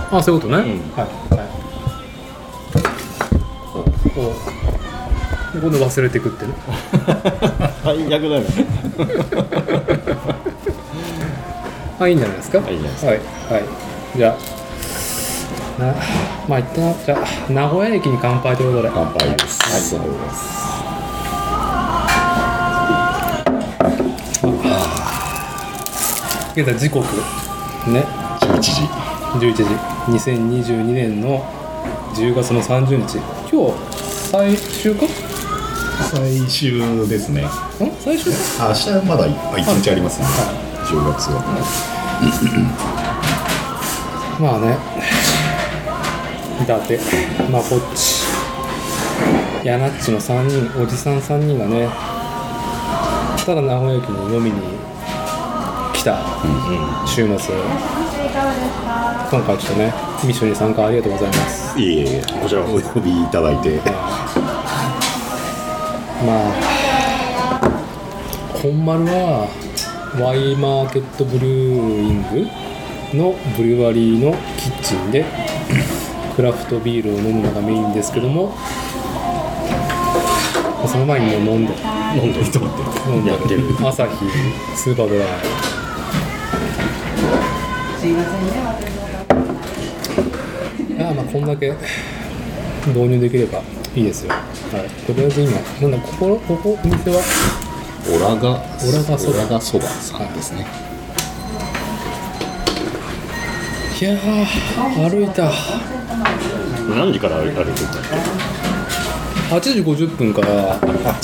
あ、そういうことね、はいはい。今度忘れてくってね最悪だよねあ、いいんじゃないですか。 いいんじゃないですか。 はいはい。じゃあまあ一旦じゃあ名古屋駅に乾杯ということで。 乾杯です。 はい、 そうです。 現在時刻ね 11時 2022年の10月の30日。今日最終か？ 最終ですね。 最終？ 明日まだ1日ありますね。10月は。 まあね、だってまこっちやなっちの3人、おじさん3人がね、ただ名古屋駅に飲みに来た週末、今回ちょっとねミッションに参加ありがとうございます。 いえいえ、こちらお呼びいただいてまあ本丸はワイマーケットブルーイングのブルワリーのキッチンでクラフトビールを飲むのがメインですけども、その前にもう飲んでる朝日スーパードライ。すいませんね。まあこんだけ導入できればいいですよ。はい。とりあえず今なんだここお店はオラガそばさんですね。 いやー歩いた。 何時から歩いてるんだっけ ？8時50分からだ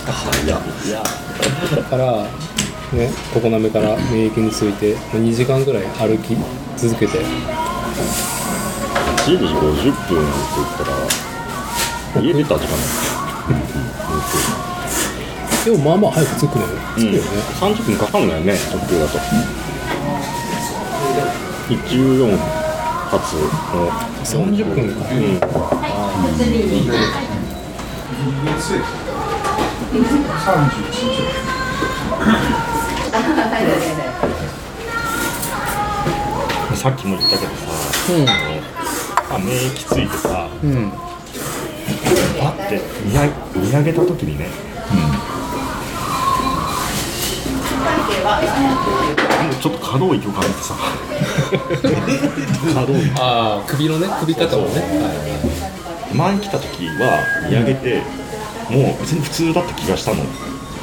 からね、常滑から名駅に着いて2時間ぐらい歩き続けて、 8時50分って言ったら家出た時間でもまあまあ早く着くのよ。着くよね、 30分かかんないよね、特急だと。14発の 30分か。 さっきも言ったけどさ、名駅着いてさ、パッて見上げた時にね、ちょっと可動域を感じてさ可動域、 首のね、首肩をね、 前来た時は見上げて、もう別に普通だった気がしたの。だ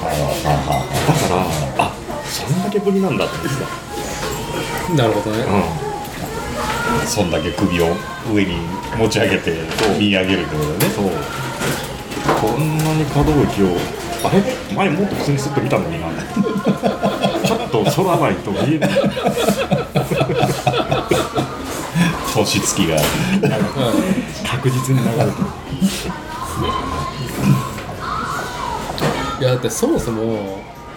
からそんだけぶりなんだってさ。 なるほどね、 そんだけ首を上に持ち上げて見上げるってことだよね。そう、こんなに可動域を前もっと普通にスッと見たのになちょっと空ないと見えない年月が確実に流れてる。 いやだってそもそも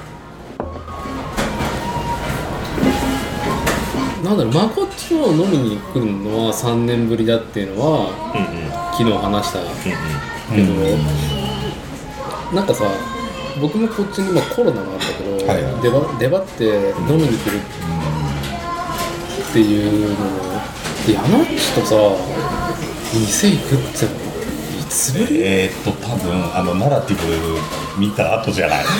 なんだろう、まこっちを飲みに来るのは3年ぶりだっていうのは、昨日話したけど、なんかさ、僕もこっちにコロナがあったけど、出張って飲みに来るっていうのも、やなっちとさ店行くってのいつぶり？ 多分ナラティブ見た後じゃない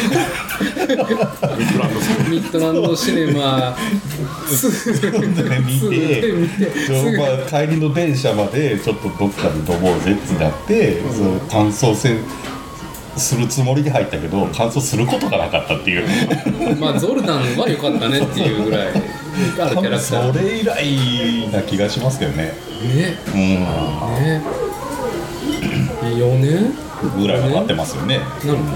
ミッドランドシネマ見て帰りの電車までちょっとどっかで飲もうぜってなって、感想戦するつもりで入ったけど感想することがなかったっていうまあゾルダンは良かったねっていうぐらいあるキャラクター。 それ以来な気がしますけどね。 4年ぐらいは待ってますよね。 なるほど、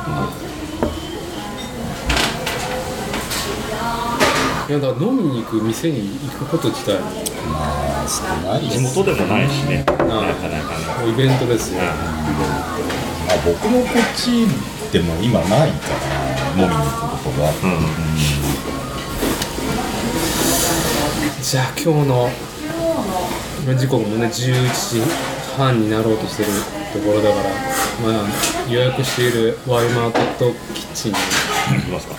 いやだから飲みに行く店に行くこと自体少ないです。地元でもないしね、なかなかイベントですよ。 僕もこっちでも今ないから飲みに行くことが、 じゃあ今日の時刻もね11時半になろうとしてるところだから、予約しているワイマーケットキッチンに行きますか。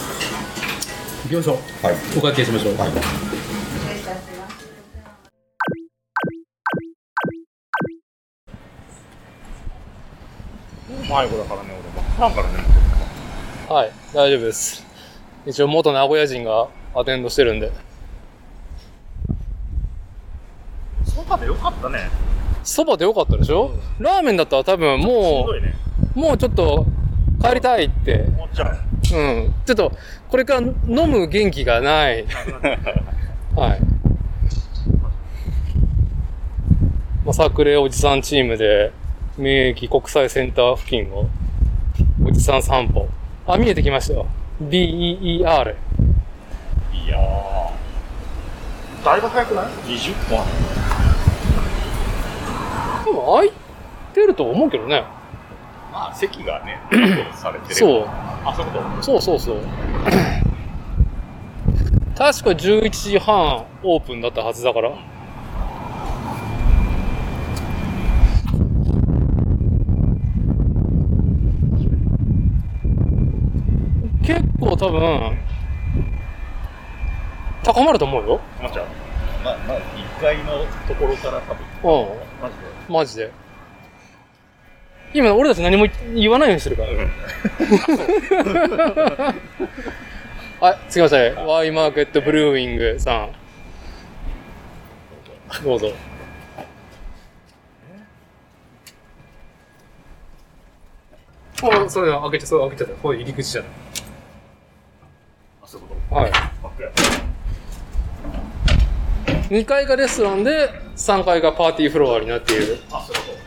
行きましょう。お会計しましょう。 迷子だからね、俺も。なんからね、 はい、大丈夫です。一応元名古屋人がアテンドしてるんで。 そばでよかったね。 そばでよかったでしょ、ラーメンだったら多分もう、 ね、 もうちょっと帰りたいって。 思っちゃう。 うん。ちょっと、これから飲む元気がない。はい。まあ、サークレおじさんチームで、名駅国際センター付近を、おじさん散歩。あ、見えてきましたよ。BEER。 いやー。だいぶ早くない ?20 分。 でも空いてると思うけどね。 まあ席がね、確保されてる。 そう。 あ、そういうこと。 そうそうそう。確か11時半オープンだったはずだから。結構多分高まると思うよ。 まあ、1階のところから多分。 うん。マジで。今俺たち何も言わないようにしてるから。はい、すいません。ワイマーケットブルーイングさん。どうぞ。あ、それ開けちゃった。これ入り口じゃない。 あ、そういうこと。 はい。2階がレストランで、3階がパーティーフロアになっている。 あ、そういうこと。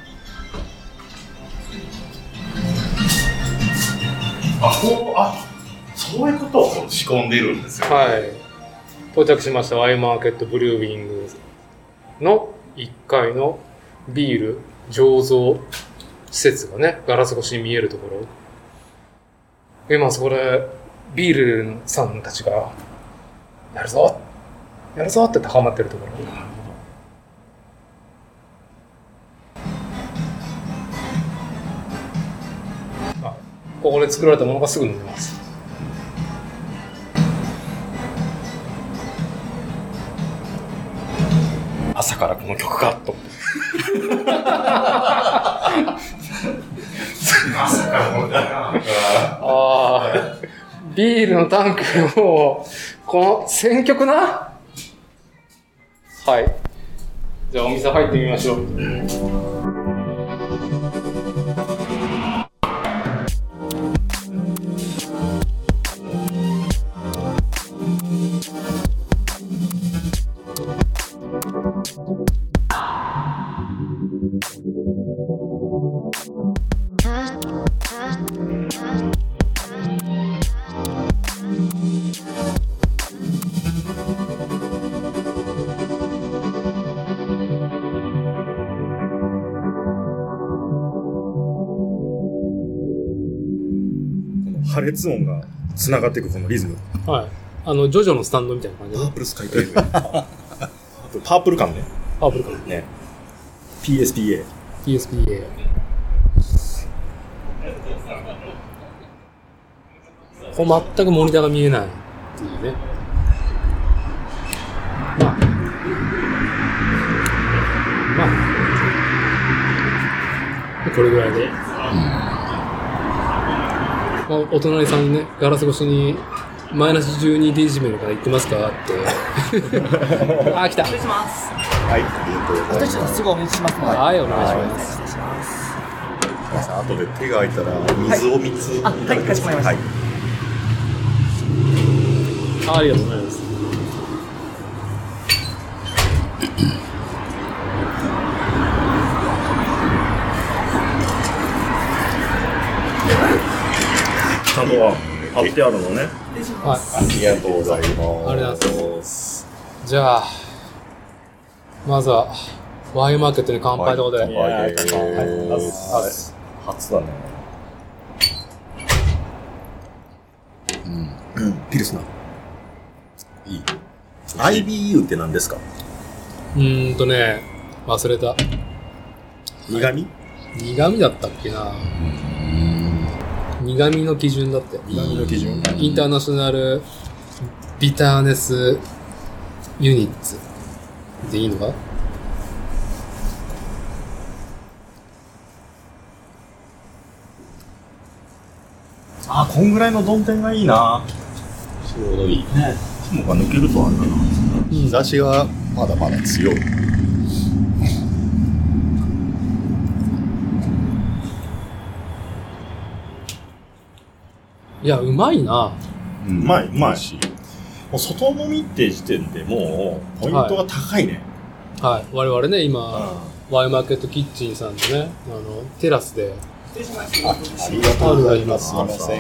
そういうことを仕込んでるんですよ。 はい。到着しました。ワイマーケットブルーウィングの1階のビール醸造施設がね、ガラス越しに見えるところ。今そこでビールさんたちがやるぞって高まってるところ。ここで作られたものがすぐ飲めます。 朝からこの曲かと。朝からこの曲か。 ビールのタンクをこの選曲な。はい。じゃあお店入ってみましょう。 破裂音が繋がっていくこのリズム。 はい。ジョジョのスタンドみたいな感じで。 パープルスカイテレビ。パープル感ね。 パープル感ね。PSPA。 これ全くモニターが見えないっていうね。まあこれぐらいで。お隣さんにね、ガラス越しにマイナス12デシベルから言ってますかって。あ、来た。 失礼します。 はい、ありがとうございます。 私はすぐお見せしますので。 はい、お願いします。 失礼します。 後で手が空いたら水を3つ。 はい、かしこまりました。 ありがとうございます。 ちゃんと貼ってあるのね。 はい、 ありがとうございます。 ありがとうございます。じゃあ、まずはワインマーケットに乾杯ということで。 はい、初だね。 ピルスナー。いい。IBU って何ですか？ ね、忘れた。 苦味だったっけな。苦味の基準だって。 苦味の基準。 インターナショナルビターネスユニッツでいいのか？ あ、こんぐらいの曇天がいいな。 ちょうどいい。 雲が抜けるとあれだな。 日差しがまだまだ強い。 いや、うまいな。 うん、 うまい。 もう外飲みって時点でもう、ポイントが高いね。 はい。我々ね、今、ワイマーケットキッチンさんでね、テラスで。 ありがとうございます。 すいません。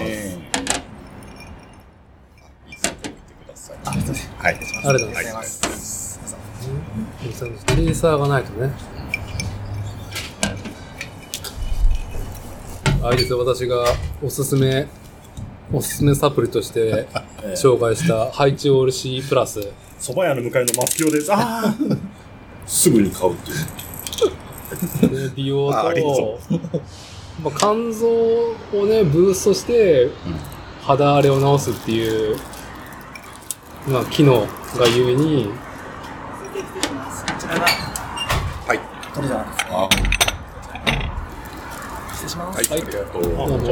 はい。 ありがとうございます。チェイサーがないとね。あれですよ、私がおすすめサプリとして紹介したハイチオール C プラス。 蕎麦屋の向かいのマスキオです。ああすぐに買うっていう。 美容と、肝臓をね、ブーストして、肌荒れを治すっていう、機能がゆえに、 こちらが、 はい。 これじゃないですか。 あ、 失礼します。 はい。ありがとう。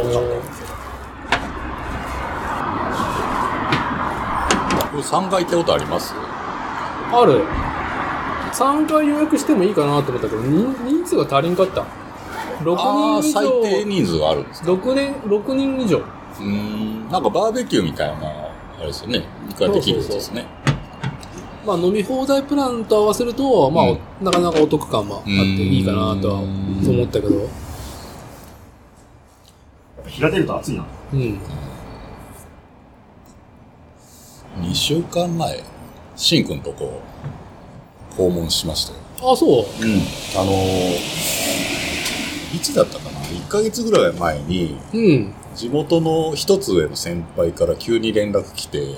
これ3回行ったことあります？ ある。3回予約してもいいかなと思ったけど、人数が足りんかった。6人以上。 最低人数があるんですか ？6人以上。 なんかバーベキューみたいな、あれですよね。一回できるやつですね。 飲み放題プランと合わせると、なかなかお得感もあっていいかなとは思ったけど。 日が出ると暑いな。 うん。 2週間前、しんくんとこ訪問しましたよ。 あ、そう。 いつだったかな ?1 ヶ月ぐらい前に、地元の一つ上の先輩から急に連絡来て、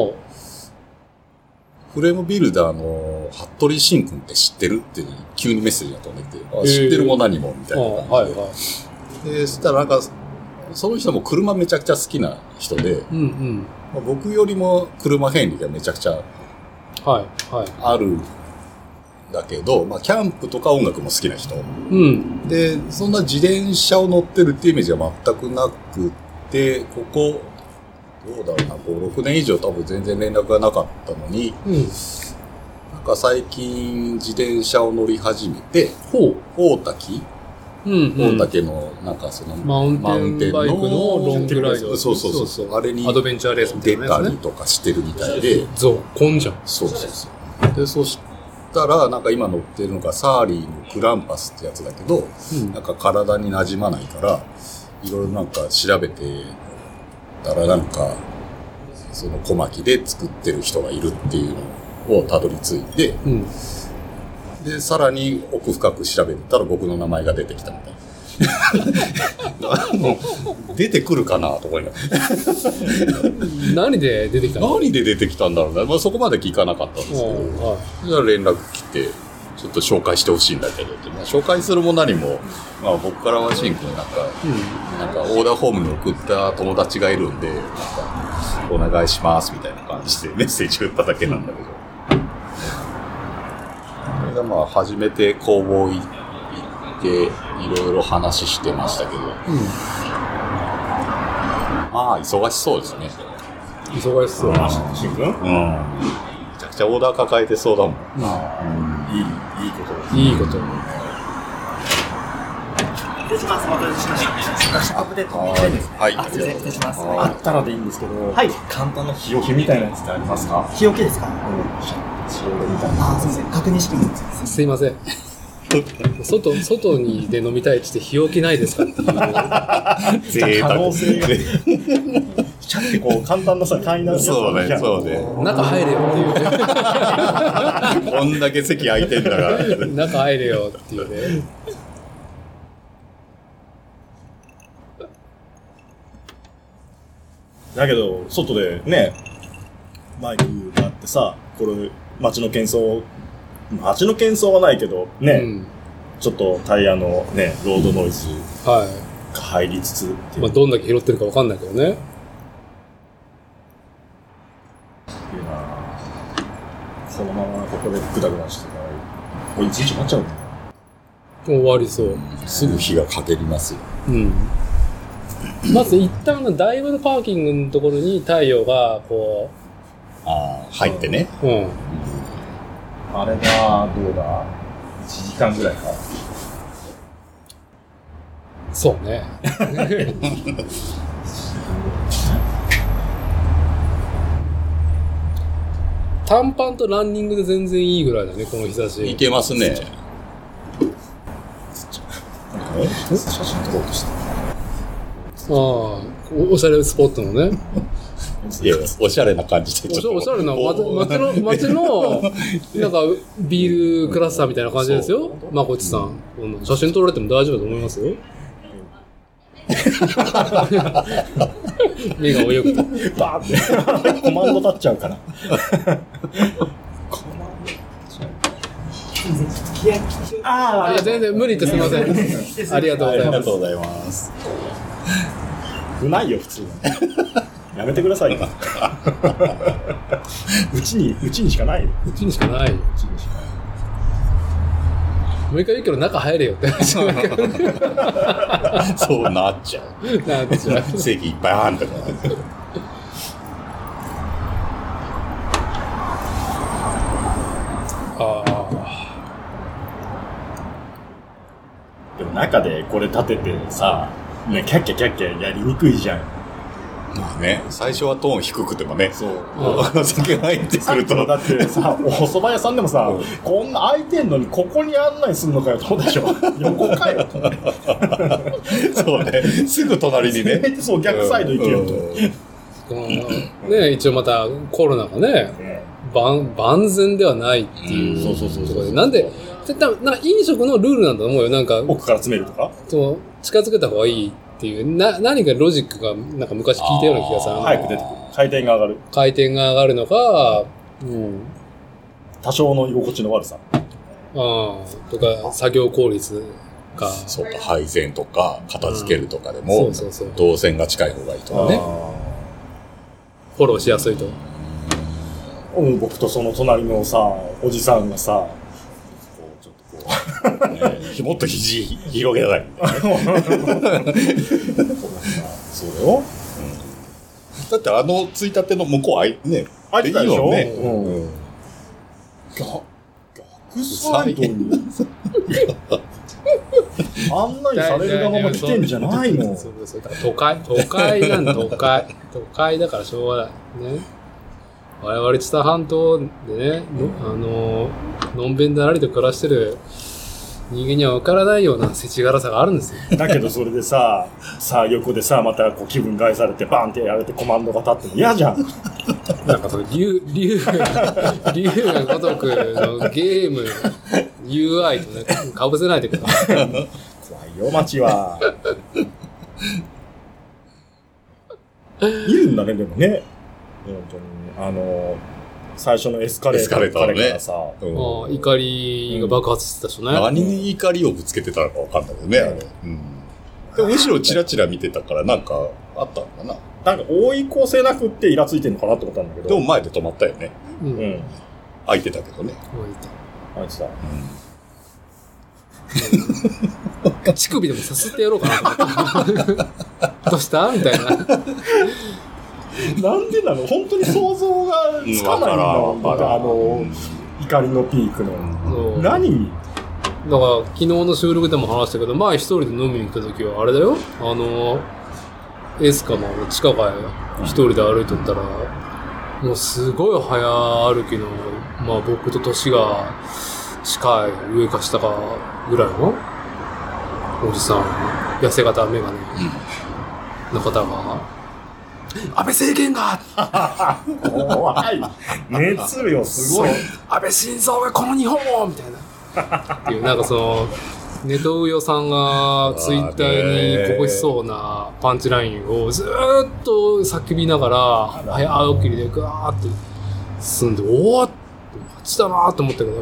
フレームビルダーの服部しんくんって知ってるって急にメッセージが飛んでて、知ってるも何もみたいな感じで。で、そしたらなんか、その人も車めちゃくちゃ好きな人で、僕よりも車遍歴がめちゃくちゃあるんだけど、キャンプとか音楽も好きな人。で、そんな自転車を乗ってるっていうイメージは全くなくて、ここ、どうだろうな、5、6年以上多分全然連絡がなかったのに、なんか最近自転車を乗り始めて、大滝大岳の、なんかその、 マウンテンバイクのロングライド。 そう。あれに、 アドベンチャーレースみたいなやつね。 出たりとかしてるみたいで。 こんじゃん。 そう。で、そしたら、なんか今乗ってるのがサーリーのクランパスってやつだけど、なんか体に馴染まないから、いろいろなんか調べてたら、なんか、その小牧で作ってる人がいるっていうのをたどり着いて、で、さらに奥深く調べたら僕の名前が出てきたみたいな。出てくるかなと思いながら。 何で出てきたの？ 何で出てきたんだろうね。そこまで聞かなかったんですけど。じゃあ連絡来て、ちょっと紹介してほしいんだけどって。紹介するも何も、僕からはしんくんなんかオーダーフォームに送った友達がいるんで、なんか、お願いしますみたいな感じでメッセージ打っただけなんだけど。初めて工房行って、いろいろ話してましたけど。忙しそうですね。 忙しそう。 しんくん？ めちゃくちゃオーダー抱えてそうだもん。 いいことです。 いいこと。 失礼します。お待たせしました。アップデートですね。 はい。 すいません、失礼します。 あったらでいいんですけど、 はい。 簡単な日よけみたいなやつってありますか？ 日よけですか？ 日よけみたいな。 すいません。確認してみます。 すいません。外にで飲みたいって言って日よけないですかっていう。 可能性が。シャってこう簡単なさ簡易なやつ。 そうね。 中入れよっていうね。 こんだけ席空いてんだから。 中入れよっていうね。 だけど外でねマイクがあってさ、これ街の喧騒はないけどね、ちょっとタイヤのねロードノイズが入りつつっていう、 どんだけ拾ってるかわかんないけどね。 このままここでグダグダしてたらこれいちいちなっちゃうね。 終わりそう。 すぐ日がかけりますよ。 まず一旦のだいぶのパーキングのところに太陽がこう入ってね。 あれがどうだ1時間ぐらいか。 そうね。短パンとランニングで全然いいぐらいだね、この日差し。 いけますね。 写真撮ろうとした。 おしゃれスポットのね。 いや、おしゃれな感じで。 おしゃれな街のなんかビールクラスターみたいな感じですよ。まこっちさん、写真撮られても大丈夫だと思いますよ。目が泳ぐとバーってコマンド立っちゃうから。 いや全然無理ってすみません。ありがとうございます。 ありがとうございます。 うないよ普通は。やめてくださいよ。うちにしかないよ。 うちにしかない。もう一回言うけど中入れよって話だけど。 そうなっちゃう。席いっぱいあんだから。 でも中でこれ立ててさ、ね、キャッキャやりにくいじゃん。 まあね、最初はトーン低くてもね、 そう。 酒入ってくると。 だってさ、お蕎麦屋さんでもさ、こんな空いてんのにここに案内すんのかよと思ったでしょ。横かよと。 そうね、すぐ隣にね。 そう、逆サイド行けよと。 ね、一応またコロナがね、万全ではないっていう。 そう。 なんで、絶対、飲食のルールなんだと思うよ。なんか、 奥から詰めるとか近づけた方がいいっていう、何かロジックが、なんか昔聞いたような気がする。 早く出てくる。回転が上がる。 回転が上がるのか、 多少の居心地の悪さ。 とか、作業効率か。 そうか、配膳とか、片付けるとかでも、動線が近い方がいいとかね。 フォローしやすいと。 僕とその隣のさ、おじさんがさ、 もっと肘広げない。 そうだよ。 だってついたての向こうね、 開いてたでしょ。 逆サイドに案内される側ま来てんじゃないの。 都会だからしょうがないね。我々知多半島でね、のんべんだらりと暮らしてる人間には分からないような世知辛さがあるんですよ。 だけどそれでさ横でさまたこう気分害されてバンってやられてコマンドが立っても嫌じゃん。 なんかその竜が如くのゲーム UI とねかぶせないでください。 怖いよ街は。いるんだねでもね。本当に最初のエスカレーターからさ、 怒りが爆発してたしね。 何に怒りをぶつけてたのか分かんないけどね、あれ。でもむしろチラチラ見てたからなんかあったのかな。 なんか追い越せなくってイラついてるのかなと思ったんだけど。 でも前で止まったよね。開いてたけどね。 開いてた。乳首でもさすってやろうかなと思って。どうしたみたいな。 なんでなの本当に想像がつかないんだもん。怒りのピークの。何？ だから昨日の収録でも話したけど、前一人で飲みに行った時はあれだよ。エスカの地下街一人で歩いとったら、もうすごい早歩きの、まあ僕と年が近い上か下かぐらいのおじさん、痩せ型メガネの方が。安倍政権が怖い熱量すごい。 安倍晋三がこの日本をみたいなっていうなんかそのネトウヨさんがツイッターにこぼしそうなパンチラインをずーっと叫びながら早送りでガーッと進んでおーっちだなーと思ったけどやっ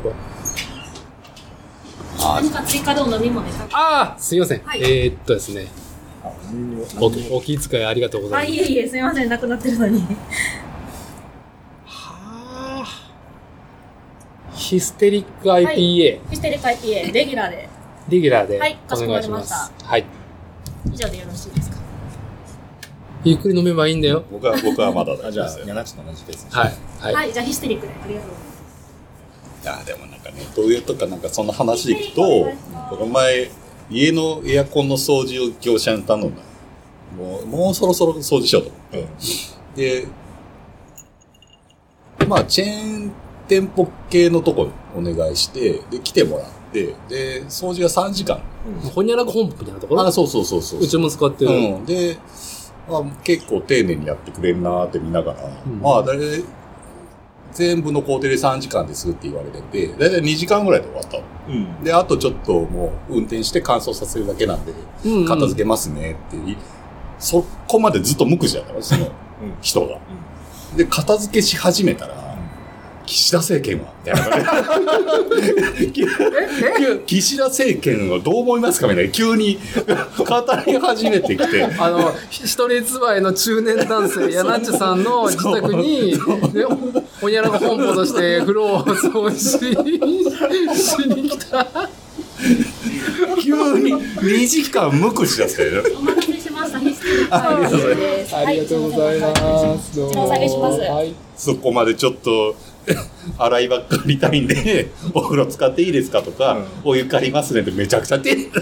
ぱ何か追加でお飲み物ですか？ すいません、はい、ですねお気遣いありがとうございます。 いえすみませんなくなってるのに。 はあ。ヒステリック IPA、はい、 ヒステリック IPA レギュラーではい、 かしこまりました。 はい。 以上でよろしいですか？ ゆっくり飲めばいいんだよ。 僕はまだ大じゃあ丈夫ですよ。 柳地と同じペースにはい。 はい、じゃあヒステリックでありがとうございます。 いやでもなんかね、どういうとかなんかそんな話でいくと、この前家のエアコンの掃除を業者に頼んだ。もうそろそろ掃除しようと思って、で、まあチェーン店舗系のとこお願いして、で来てもらって、で掃除が3時間。 ほにゃらく本舗みたいなところ。 あ、そう。うちも使ってる。 で、まあ、結構丁寧にやってくれるなーって見ながら、まあ全部の工程で3時間ですって言われてて、だいたい2時間ぐらいで終わったの。で、あとちょっともう運転して乾燥させるだけなんで、片付けますねって、そこまでずっと無口だったの、その人が。で、片付けし始めたら、岸田政権はみたいな。岸田政権はどう思いますかみたいな。急に語り始めてきて。 一人妻の中年男性、柳地さんの自宅に、ほにゃらく本舗として風呂を掃除しに来た。 急に2時間無口だったよね。 お待たせしました。ヒステリックありがとうございます。 こちらお下げします。 はい。 そこまでちょっと洗いばっかりたいんでお風呂使っていいですかとか、お湯借りますねってめちゃくちゃって言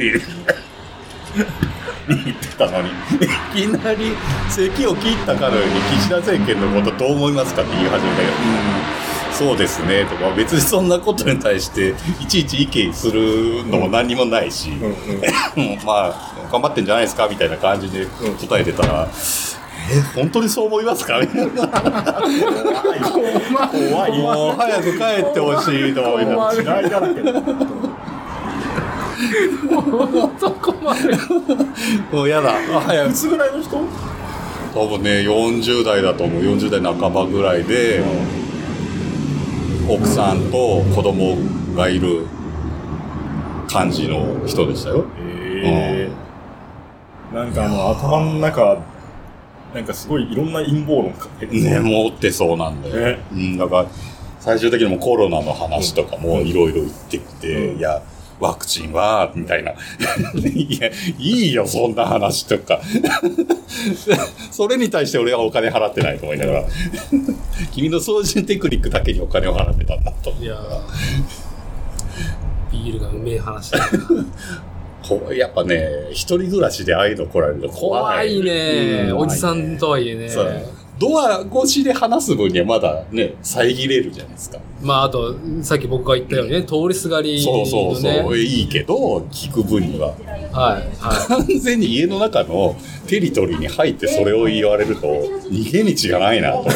ってたのに、いきなり咳を切ったかのように岸田政権のことどう思いますかって言い始めたけど、そうですねとか、別にそんなことに対していちいち意見するのも何にもないし、まあ頑張ってんじゃないですかみたいな感じで答えてたら、本当にそう思いますかみたいな。怖い。もう早く帰ってほしいと思いな。 違いだらけだ。 男まで。 もうやだ。早く。 いつぐらいの人？ 多分ね、40代だと思う。40代半ばぐらいで、奥さんと子供がいる感じの人でしたよ。 なんか頭の中、なんかすごいいろんな陰謀論かけてね、持ってそうなんだよ。だから最終的にもコロナの話とかもいろいろ言ってきて、いやワクチンはみたいな、いやいいよそんな話とか、それに対して俺はお金払ってないと思いながら、君の掃除テクニックだけにお金を払ってたんだと。 いやビールがうめえ話だな。 やっぱね、一人暮らしでああいうの来られると怖いね、おじさんとはいえね。 ドア越しで話す分にはまだね、遮れるじゃないですか。 まああと、さっき僕が言ったようにね、通りすがりのね。 そう、いいけど、聞く分には。完全に家の中のテリトリーに入ってそれを言われると、逃げ道がないなと思って。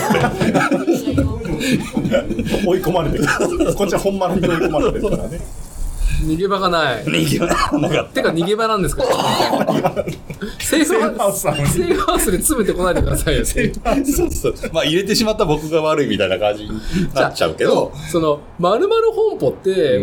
追い込まれてる。こっちは本丸に追い込まれてるからね。 逃げ場がない。 逃げ場がなかった。 てか逃げ場なんですか？セーフハウスで詰めてこないでくださいよ。そう。 まあ入れてしまった僕が悪いみたいな感じになっちゃうけど。 その、〇〇本舗って、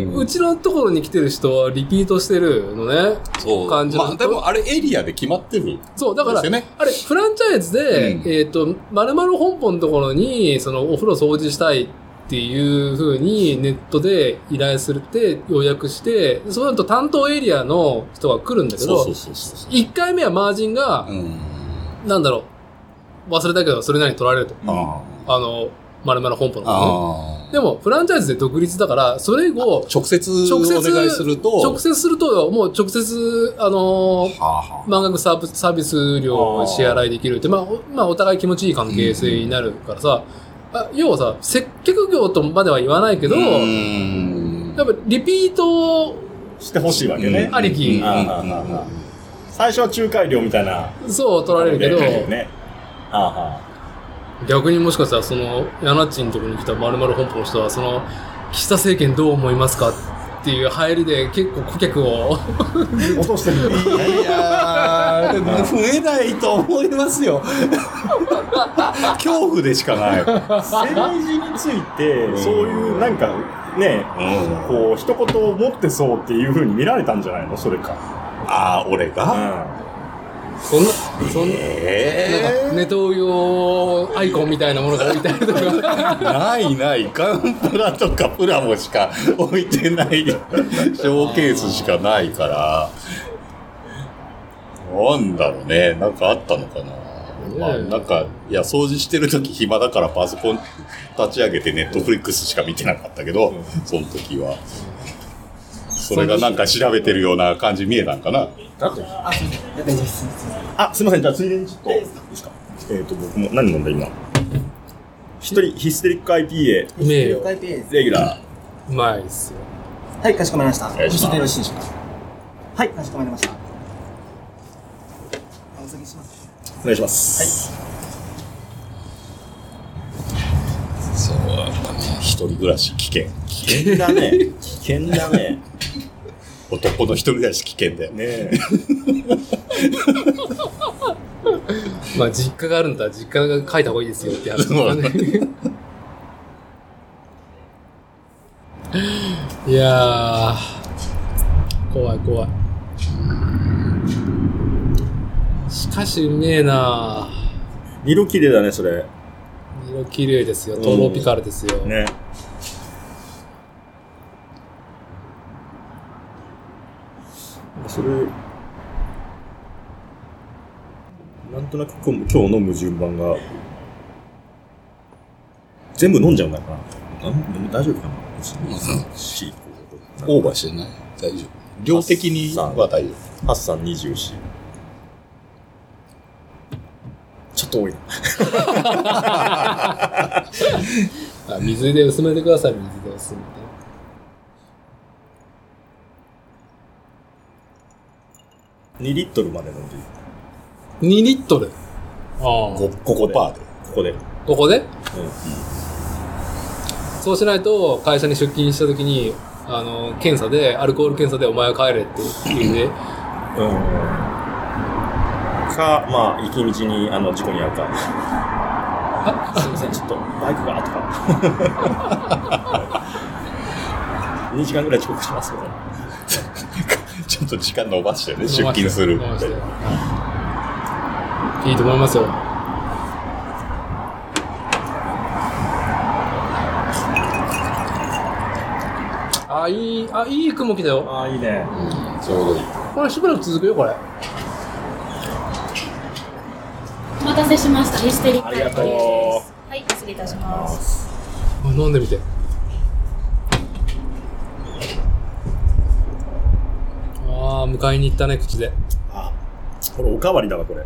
うちのところに来てる人はリピートしてるのね。 そう。 感じ。 まあでもあれエリアで決まってる。 そう、だから、あれフランチャイズで、〇〇本舗のところに、そのお風呂掃除したいっていう風にネットで依頼するって予約して、そうなると担当エリアの人が来るんだけど、1回目はマージンが、なんだろう、忘れたけどそれなりに取られると。〇〇本舗のね。でも、フランチャイズで独立だから、それ以後、 直接お願いすると、 もう直接、満額サービス料を支払いできるって、まあ、お互い気持ちいい関係性になるからさ、要はさ、接客業とまでは言わないけど、やっぱリピートしてほしいわけね。 ありき。 最初は仲介料みたいな。 そう、取られるけど、逆にもしかしたら、その、ヤナッチのところに来た〇〇本舗の人は、その、岸田政権どう思いますかっていう入りで結構顧客を落としてる。 いやー、増えないと思いますよ。恐怖でしかない。 政治について、そういうなんかね、こう一言を持ってそうっていう風に見られたんじゃないの？それか。 ああ、俺が、 そんなネトウヨアイコンみたいなものが置いてあるとかないガンプラとかプラモしか置いてないショーケースしかないから、なんだろうね、なんかあったのかな。 まあなんか、いや、掃除してるとき暇だからパソコン立ち上げてネットフリックスしか見てなかったけど、その時は。それがなんか調べてるような感じ見えたんかな。 あ、すいません。じゃあついでにちょっといいですか。僕も何飲んだ今。一人ヒステリック IPA。 うめえよ。 レギュラうまいっすよ。 はい、かしこまりました。 お願いしますよろしいでしょうか。はい、かしこまりました。お先にします。 ー。お願いします。 そう、やっぱね、一人暮らし危険。 危険だね。危険だね。 男の一人暮らし危険だよね。 ねえ。 まあ実家があるんだったら実家が書いた方がいいですよって話だね。いやー、怖い怖い。しかしうめえな色綺麗だね、それ。 色綺麗ですよ。トロピカルですよ。 ね。それ、なんとなく今日飲む順番が、全部飲んじゃうんだから、大丈夫かな？ オーバーしてない？大丈夫。量的には大丈夫。 ハッサン24。ちょっと多いな。 あ、水で薄めてください、水で薄めて。 2リットルまで飲んでいい。 2リットル。ああ。 ここで。ここで。 ここで、そうしないと会社に出勤した時に検査でアルコール検査でお前は帰れって言うね。 か、まあ、行き道に事故に遭うか。すいません、ちょっとバイクがとか。2時間ぐらい遅刻しますよね。 ちょっと時間延ばしてね、出勤する。 いいと思いますよ。いい雲来たよ。 ああ、いいね。 ちょうどいい。 これしばらく続くよ、これ。 お待たせしました。ヒステリックありがとう。 はい、失礼いたします。 飲んでみて。迎えに行ったね、口で。 あ、これおかわりだわ、これ。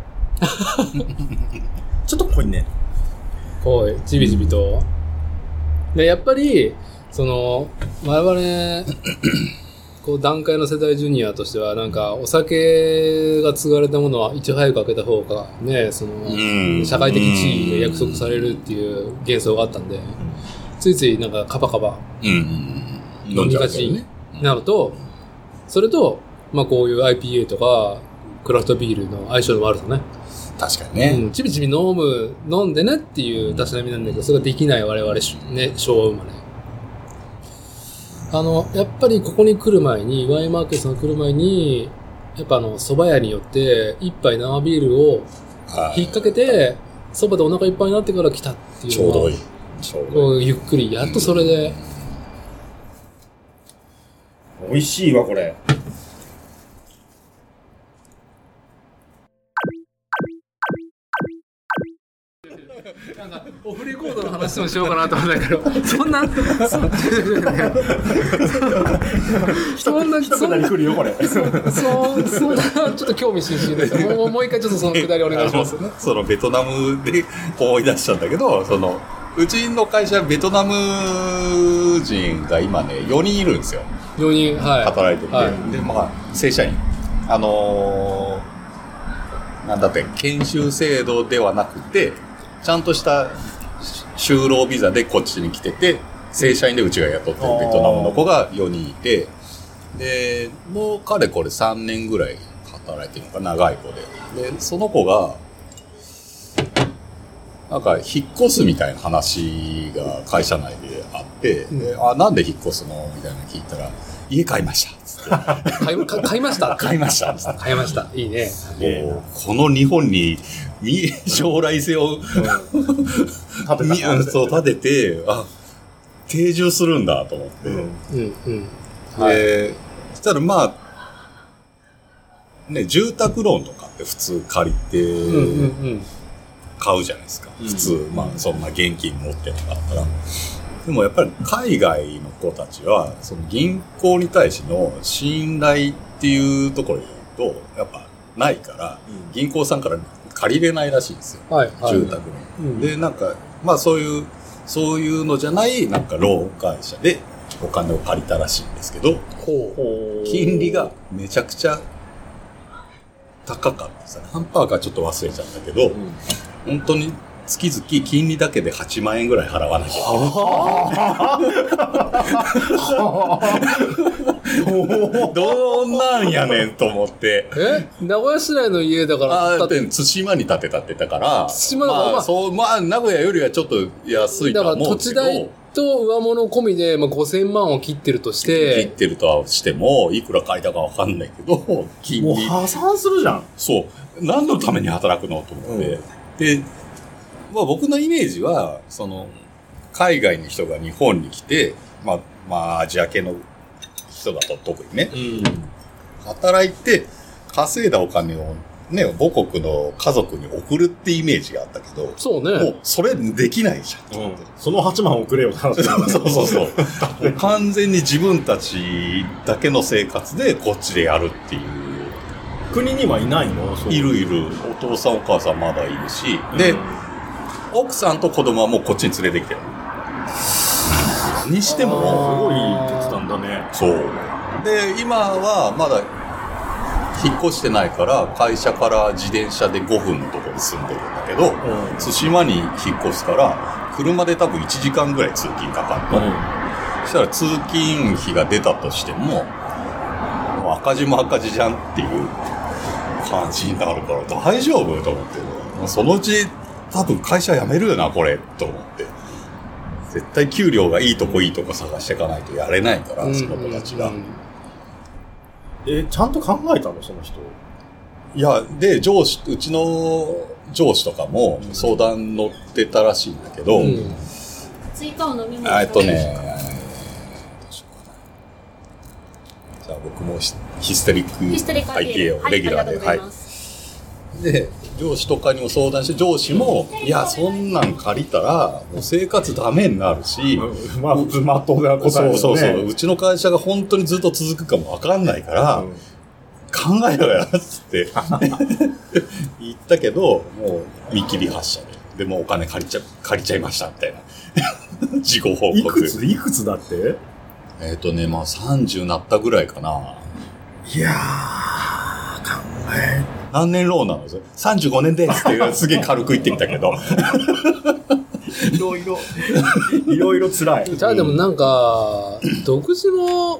ちょっと濃いね。 濃い、じびじびと。で、やっぱり、我々、こう、段階の世代ジュニアとしては、なんか、お酒が継がれたものは、いち早く開けた方が、ね、社会的地位が約束されるっていう幻想があったんで、ついついなんか、カバカバ、飲みがちになると、それと、まあこういう IPA とか、クラフトビールの相性の悪さね。 確かにね。 ちびちび飲んでねっていうたしなみなんだけど、それができない我々ね、昭和生まれ。やっぱりここに来る前に、ワインマーケットに来る前に、やっぱ蕎麦屋によって、一杯生ビールを引っ掛けて、蕎麦でお腹いっぱいになってから来たっていうのは。 ちょうどいい。 こうゆっくり、やっとそれで。 美味しいわ、これ。 なんかオフレコードの話もしようかなと思ったけど、そんな一くだり来るよ、これ。 そんなちょっと興味津々です。もう一回ちょっとそのくだりお願いします。 そのベトナムで思い出したんだけど、うちの会社ベトナム人が今ね4人いるんですよ。 4人、はい、 働いてて、 はい、 でまあ正社員なんだって研修制度ではなくて。ちゃんとした就労ビザでこっちに来てて、正社員でうちが雇ってるベトナムの子が4人いて、で、もうかれこれ3年ぐらい働いてるのか、長い子で。で、その子が、なんか引っ越すみたいな話が会社内であって、でなんで引っ越すのみたいなの聞いたら、家買いました。 買いました買いました。 買いました。いいね。 もうこの日本に将来性を立てて、定住するんだと思って。で、そしたらまあ、ね、住宅ローンとかって普通借りて、 買うじゃないですか。普通、まあそんな現金持ってなかったら。でもやっぱり海外の子たちは、その銀行に対しての信頼っていうところで言うと、やっぱないから、銀行さんから借りれないらしいんですよ。 はい。 住宅に。で、なんか、まあそういうのじゃない、なんかローン会社でお金を借りたらしいんですけど、金利がめちゃくちゃ高かったですね。何パーかちょっと忘れちゃったけど、本当に月々金利だけで8万円ぐらい払わなきゃいけない。どんなんやねんと思って。 名古屋市内の家だから。 対馬に建てたって言ったから、 対馬のまあ名古屋よりはちょっと安いとは思うんですけど。 だから土地代と上物込みで、まあ、5000万を切ってるとして。 切ってるとはしても、いくら借りたかわかんないけど、金利。 もう破産するじゃん。 そう。何のために働くのと思って。で、まあ僕のイメージは、海外の人が日本に来て、まあアジア系の人だと特にね、働いて稼いだお金をね、母国の家族に送るってイメージがあったけど、 そうね。 もうそれできないじゃん。 その8万送れよって話だ。 そう。完全に自分たちだけの生活でこっちでやるっていう。 国にはいないの？ いる。お父さんお母さんまだいるし、で、奥さんと子供はもうこっちに連れてきてる。にしても、 すごい決断だね。 そう。で、今はまだ引っ越してないから、会社から自転車で5分のところに住んでるんだけど、対馬に引っ越すから、車で多分1時間ぐらい通勤かかるの。そしたら通勤費が出たとしても、もう赤字も赤字じゃんっていう感じになるから大丈夫と思って、そのうち多分会社辞めるよなこれと思って、絶対給料がいいとこ探していかないとやれないから、その子たちが。 ちゃんと考えたのその人？ いや、で、うちの上司とかも相談乗ってたらしいんだけど、 追加を飲み物どうしようかな。じゃあ僕もヒステリック IPA をレギュラーで、はい。で、上司とかにも相談して、上司も、いや、そんなん借りたら、もう生活ダメになるし、 まあ、まっとうな答えですね。 そう。うちの会社が本当にずっと続くかもわかんないから、考えろや、つって言ったけど、もう見切り発車で。でもお金借りちゃいました、みたいな。事後報告。 いくつだって？ まあ30なったぐらいかな。 いやー、 何年ローンなの？35年ですってすげえ軽く言ってみたけど。 いろいろ辛い。 じゃあでもなんか、独自の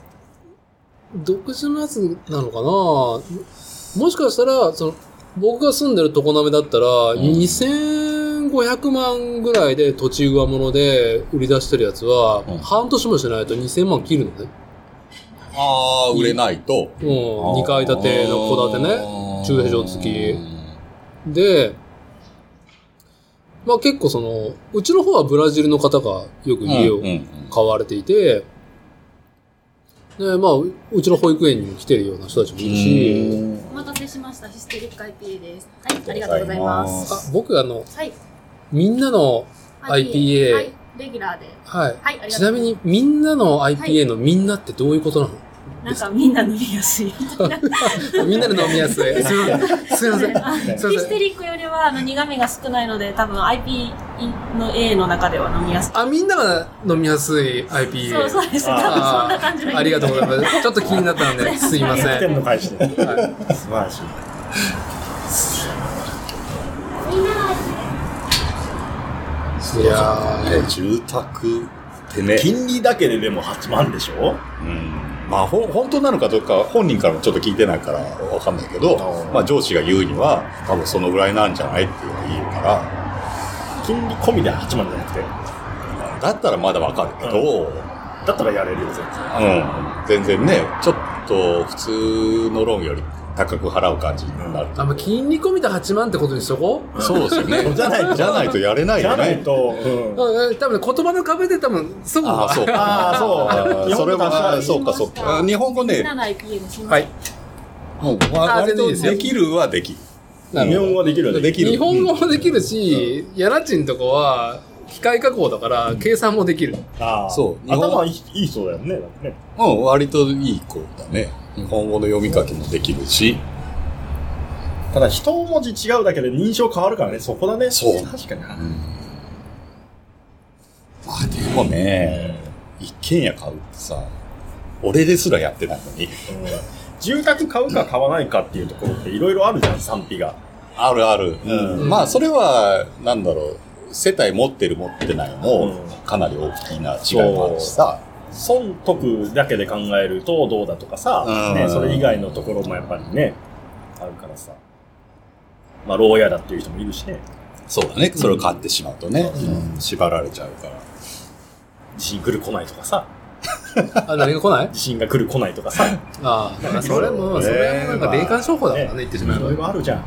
やつなのかな？もしかしたら、僕が住んでる常滑だったら、2500万ぐらいで土地上物で売り出してるやつは、半年もしないと2000万切るのね。 ああ、売れないと。 2階建ての戸建てね。駐車場付き。で、まあ結構うちの方はブラジルの方がよく家を買われていて、で、まあ、うちの保育園にも来てるような人たちもいるし。 お待たせしました。ヒステリック IPA です。はい、ありがとうございます。 僕はい、 みんなの IPA。 はい、レギュラーで。 はい。 はい、 ちなみに、みんなの IPA のみんなってどういうことなの？ なんかみんな飲みやすい。 みんなで飲みやすい。すいません。 ヒステリックよりは苦味が少ないので、多分 IPA の A の中では飲みやすい。 みんなが飲みやすい IPA。 そうです。多分そんな感じの。 ありがとうございます。ちょっと気になったので、すいません。 100点の返して。素晴らしい。 いやー、 住宅ってね。 金利だけででも8万でしょ？ まあ、本当なのかどうか本人からもちょっと聞いてないからわかんないけど、まあ上司が言うには多分そのぐらいなんじゃないっていうのを言うから、 金利込みで8万じゃなくて、 だったらまだわかるけど、 だったらやれるよ全然ね、ちょっと普通のローンより高く払う感じになる。 金利込みで8万ってことにしとこう。 そうですよね。じゃないとやれないよね。 じゃないと、 多分言葉の壁で多分すぐ。 そう。それはそうか。日本語ね。 みんなの IPA のはい。 もう割とできるはできる。 日本語はできるよね。 日本語もできるし、ヤナチンとこは機械加工だから計算もできる。 ああ。そう。頭いい人だよね。だってね。 割といい子だね。日本語の読み書きもできるし。 ただ一文字違うだけで認証変わるからね。そこだね。 そう。 確かに。 まあでもね、一軒家買うってさ、俺ですらやってないのに。 住宅買うか買わないかっていうところっていろいろあるじゃん、賛否が。 あるある。まあそれは、なんだろう、世帯持ってる持ってないも、かなり大きな違いもあるしさ。 損得だけで考えるとどうだとかさ、ね、それ以外のところもやっぱりね、あるからさ。まあ、牢屋だっていう人もいるしね。 そうだね。それを買ってしまうとね、縛られちゃうから。 地震来る来ないとかさ。 何が来ない？ 地震が来る来ないとかさ。 ああ、それもなんか霊感商法だからね、言ってしまうと。 いろいろあるじゃん。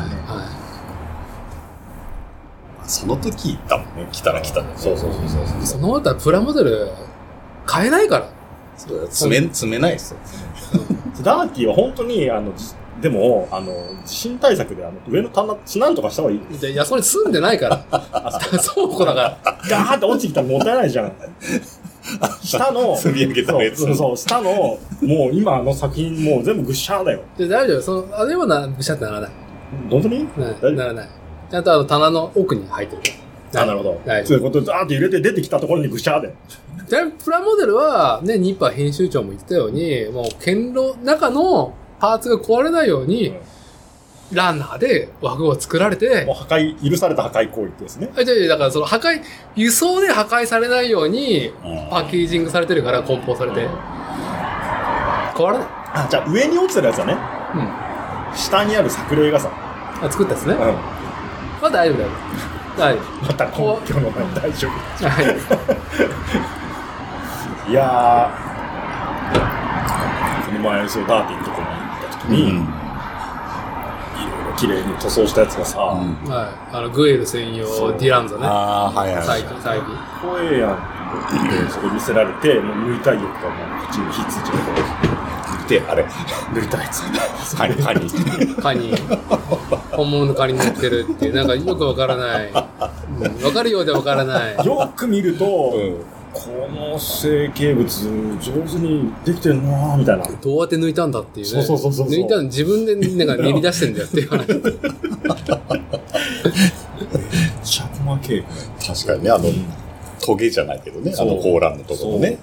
その時言ったもんね。来たら来たで。 そう。 その後はプラモデル買えないから。 詰めないですよ。 ダーティーは本当に、でも、地震対策で上の棚、なんとかした方がいい。 いや、そこに住んでないから。倉庫だから。 ガーって落ちてきたらもったいないじゃん。下の、 積み上げたやつ。 そう、下の、もう今の作品もう全部ぐっしゃーだよ。 大丈夫。あれはぐしゃってならない。 本当に？ ならない。ちゃんと棚の奥に入ってる。 なるほど。そういうことで、ザーって入れて出てきたところにぐしゃーだよ。 プラモデルは、ね、ニッパー編集長も言ってたように、もう、堅牢、中のパーツが壊れないように、ランナーで枠を作られて、 もう許された破壊行為ってですね。 だからその輸送で破壊されないように、パッケージングされてるから、梱包されて。壊れない。 じゃあ上に落ちてるやつはね、下にある作例がさ。 作ったやつね。まあ大丈夫だよ。大丈夫。 また根拠のない大丈夫。いやー、この前、ダーティーのところに行った時に、いろいろ綺麗に塗装したやつがさ、 グエル専用ディランザね。 最近。 怖えやんって、それ見せられて、もう塗りたい欲がもうこっちに火ついちゃうから。 で、あれ、 塗りたいっつって。 カニ。本物のカニ塗ってるって、なんかよくわからない。わかるようでわからない。 よく見ると、この成形物上手にできてるなぁみたいな。 どうやって抜いたんだっていうね。 そう抜いたの自分でなんか練り出してんだよっていう話。めっちゃ細けえ。 確かにね、トゲじゃないけどね、甲羅のところね。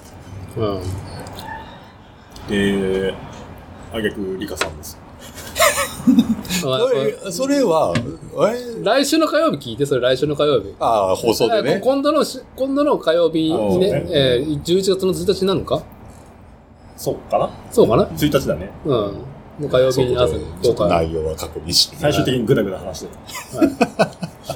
で、あげくリカさんです。 それは、 来週の火曜日聞いて、それ来週の火曜日。 放送でね。 今度の火曜日にね、11月の1日なのか？ そうかな ?1 日だね。 火曜日に朝にちょっと内容は確認して。 最終的にグダグダ話してる。グダグダ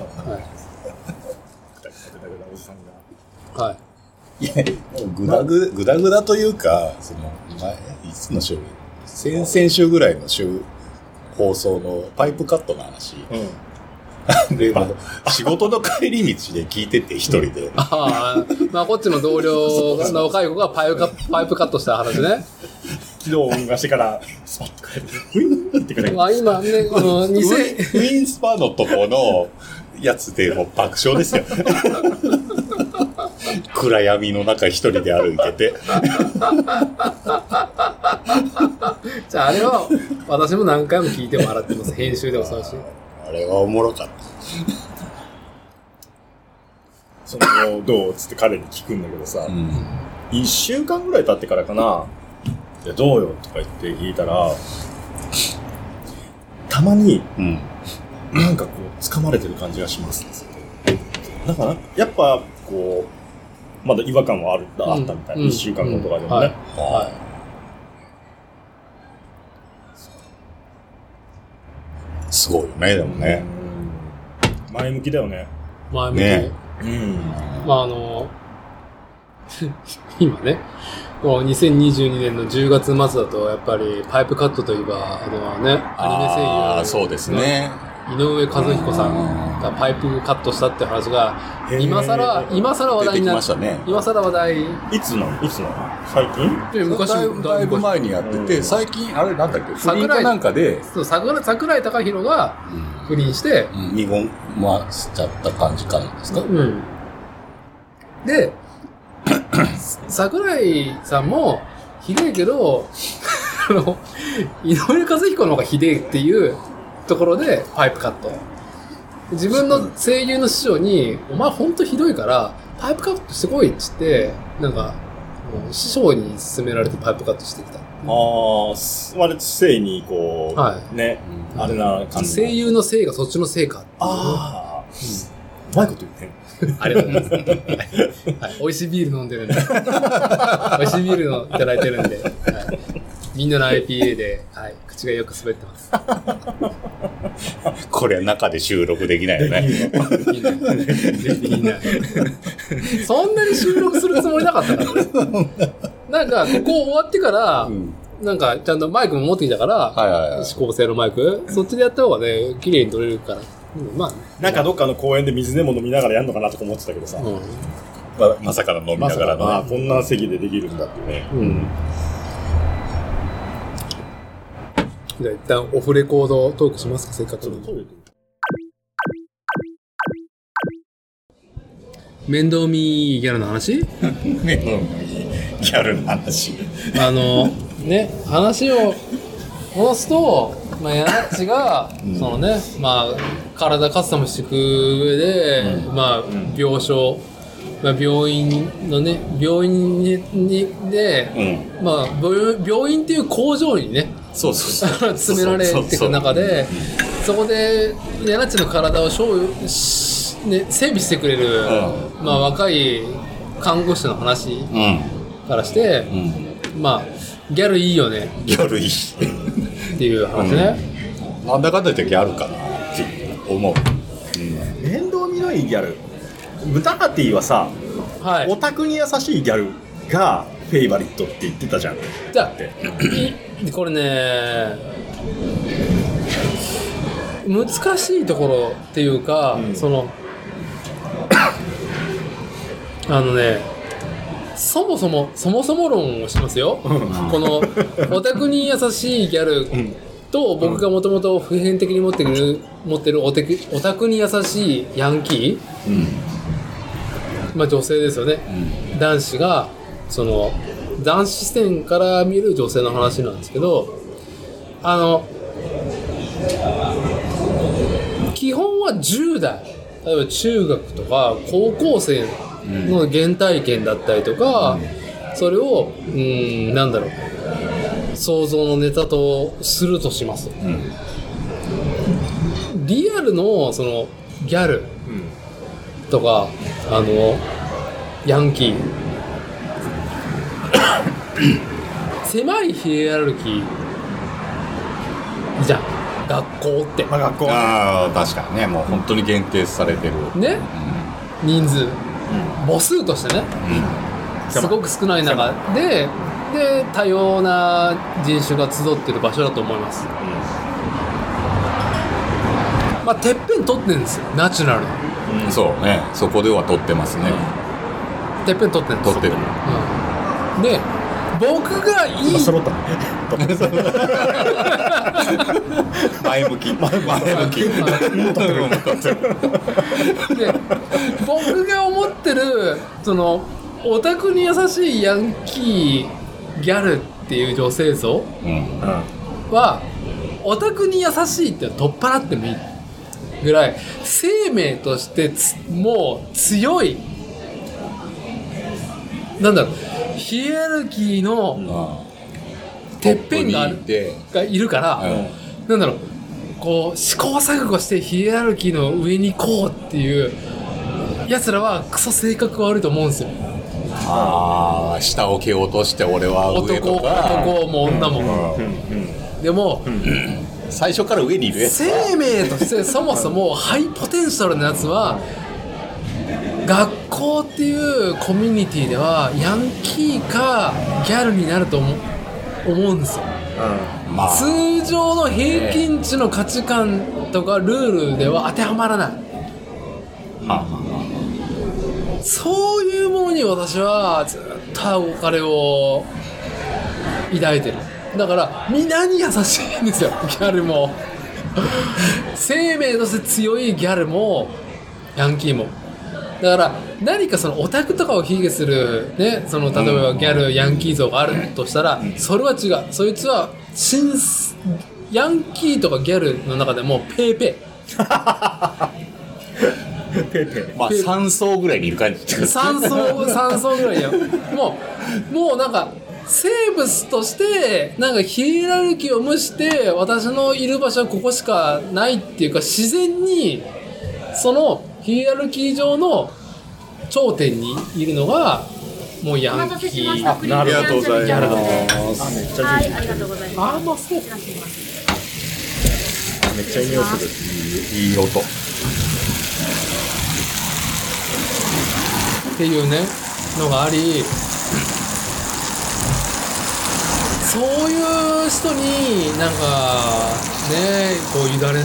おじさんが。 いや、グダグダというか、いつの週？先々週ぐらいの放送のパイプカットの話。で、仕事の帰り道で聞いてて一人で。 まあこっちの同僚の若い子がパイプカットした話ね。 昨日音がしてから、スパッと帰る。ウィーンってくれる。 今ね、 ウィンスパのとこのやつでもう爆笑ですよ。暗闇の中一人で歩いてて。 じゃああれは私も何回も聞いても笑ってます。編集でもそうし。 あれはおもろかった。 そのどうつって彼に聞くんだけどさ、1週間ぐらい経ってからかな、いやどうよとか言って聞いたら、たまに、なんかこう掴まれてる感じがしますってだからやっぱこうまだ違和感はあったみたいな、1週間後とかでもね。 すごいよね、でもね。 前向きだよね。 前向き。まあ今ね、こう2022年の10月末だとやっぱりパイプカットといえばアニメ声優そうですね。 井上和彦さんがパイプカットしたって話が今更話題になって、今更話題。 いつの最近？ 昔だいぶ前にやってて、最近あれなんだっけ？桜井なんかで、 桜井貴弘が不倫して、 見本ましちゃった感じからですか？ で、桜井さんもひでえけど、井上和彦の方がひでえっていうところでパイプカット。自分の声優の師匠に、お前ほんとひどいから、パイプカットしてこいっつって、なんか、師匠に勧められてパイプカットしてきた。 割と性にこう、 はい、 ね、あれな感じ。 声優の性がそっちのせいか。 うまいこと言ってん。 ありがとうございます。はい、美味しいビール飲んでるんで。美味しいビールをいただいてるんで。はい、みんなの IPA で、はい、口がよく滑ってます。 これは中で収録できないよね。 できない。そんなに収録するつもりなかったからね。なんか、ここ終わってから、なんか、ちゃんとマイクも持ってきたから、指向性のマイク、そっちでやった方がね、綺麗に撮れるから。まあ、 なんかどっかの公園で水でも飲みながらやるのかなとか思ってたけどさ。 まさかの飲みながらの、 こんな席でできるんだってね。 じゃあ一旦オフレコードトークしますか、せっかくの。面倒見ギャルの話？ 面倒見ギャルの話。 ね、話を戻すと、まあ、ヤナッチが、そのね、まあ、体カスタムしていく上で、まあ、病床、まあ、病院のね、病院で、まあ、病院っていう工場にね、詰められていく中で、そこでヤナッチの体を整備してくれる、まあ、若い看護師の話からして、まあ、ギャルいいよね。 ギャルいい。 っていう話ね。 なんだかんだ言ってギャルかなって思う。 面倒見のいいギャル。ムタハティはさ、オタクに優しいギャルがフェイバリットって言ってたじゃん。 じゃあ、これね、難しいところっていうか、その、そもそも論をしますよ。このオタクに優しいギャルと僕がもともと普遍的に持ってるオタクに優しいヤンキー、まあ女性ですよね。男子がその男子視点から見る女性の話なんですけど、基本は10代、例えば中学とか高校生の原体験だったりとか、それをなんだろう、想像のネタとするとします、リアルのそのギャルとか、ヤンキー狭いヒエラルキーじゃん、学校って。 まあ学校ああ、確かにね、もう本当に限定されてるね、人数、母数としてね、すごく少ない中で多様な人種が集ってる場所だと思います、まあてっぺん取ってるんですよ、ナチュラル、 そうね、そこでは取ってますね、 てっぺん取ってるんです、 取ってる、 で僕がいい、 揃ったね前向きで僕が思ってるそのオタクに優しいヤンキーギャルっていう女性像は、オタクに優しいって取っ払ってもいいぐらい生命としてもう強い、なんだろう、ヒエラルキーのてっぺんがいるから、なんだろう、こう試行錯誤してヒエラルキーの上に行こうっていうやつらはクソ性格悪いと思うんですよ。 ああ、下を蹴落として俺は上とか、 男も女も、でも、 最初から上にいるやつ、 生命としてそもそもハイポテンシャルなやつは学校っていうコミュニティではヤンキーかギャルになると思うんですよ、通常の平均値の価値観とかルールでは当てはまらない、そういうものに私はずっと憧れを抱いてる。だからみんなに優しいんですよ、ギャルも生命として強いギャルもヤンキーもだから何かそのオタクとかを卑下するねその例えばギャルヤンキー像があるとしたらそれは違うそいつはヤンキーとかギャルの中でもペーペーペーペーまあ3層ぐらいにいる感じ 3層ぐらいやもうなんか生物としてなんかヒエラルキーを無して私のいる場所はここしかないっていうか自然にそのヒエラルキー上の頂点にいるのがもうヤンキー。 ありがとうございます。 はい、 ありがとうございます。 あ、まあそう。 めっちゃいい匂いする。いい音。 っていうねのがあり、そういう人になんかねこう委ねたいと思う。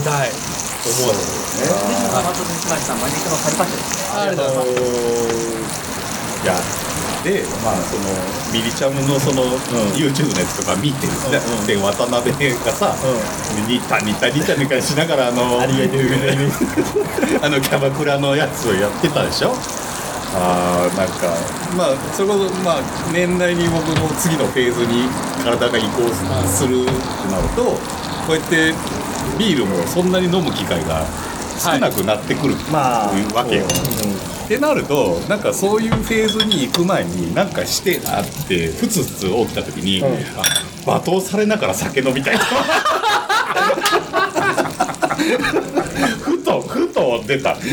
ママとにしましたマニックのカルパッチョですね。 ありがとうございます。 いやでまあそのミリちゃんのその、YouTube のやつとか見てるんですね、で渡辺がさ、ニタニタしながらありがとうキャバクラのやつをやってたでしょ。なんかまあそれこそまあ年内に僕も次のフェーズに体が移行するってなるとこうやってビールもそんなに飲む機会が少なくなってくるというわけよ。ってなるとなんかそういうフェーズに行く前になんかしてなってふつふつ起きた時に、罵倒されながら酒飲みたいとふと出た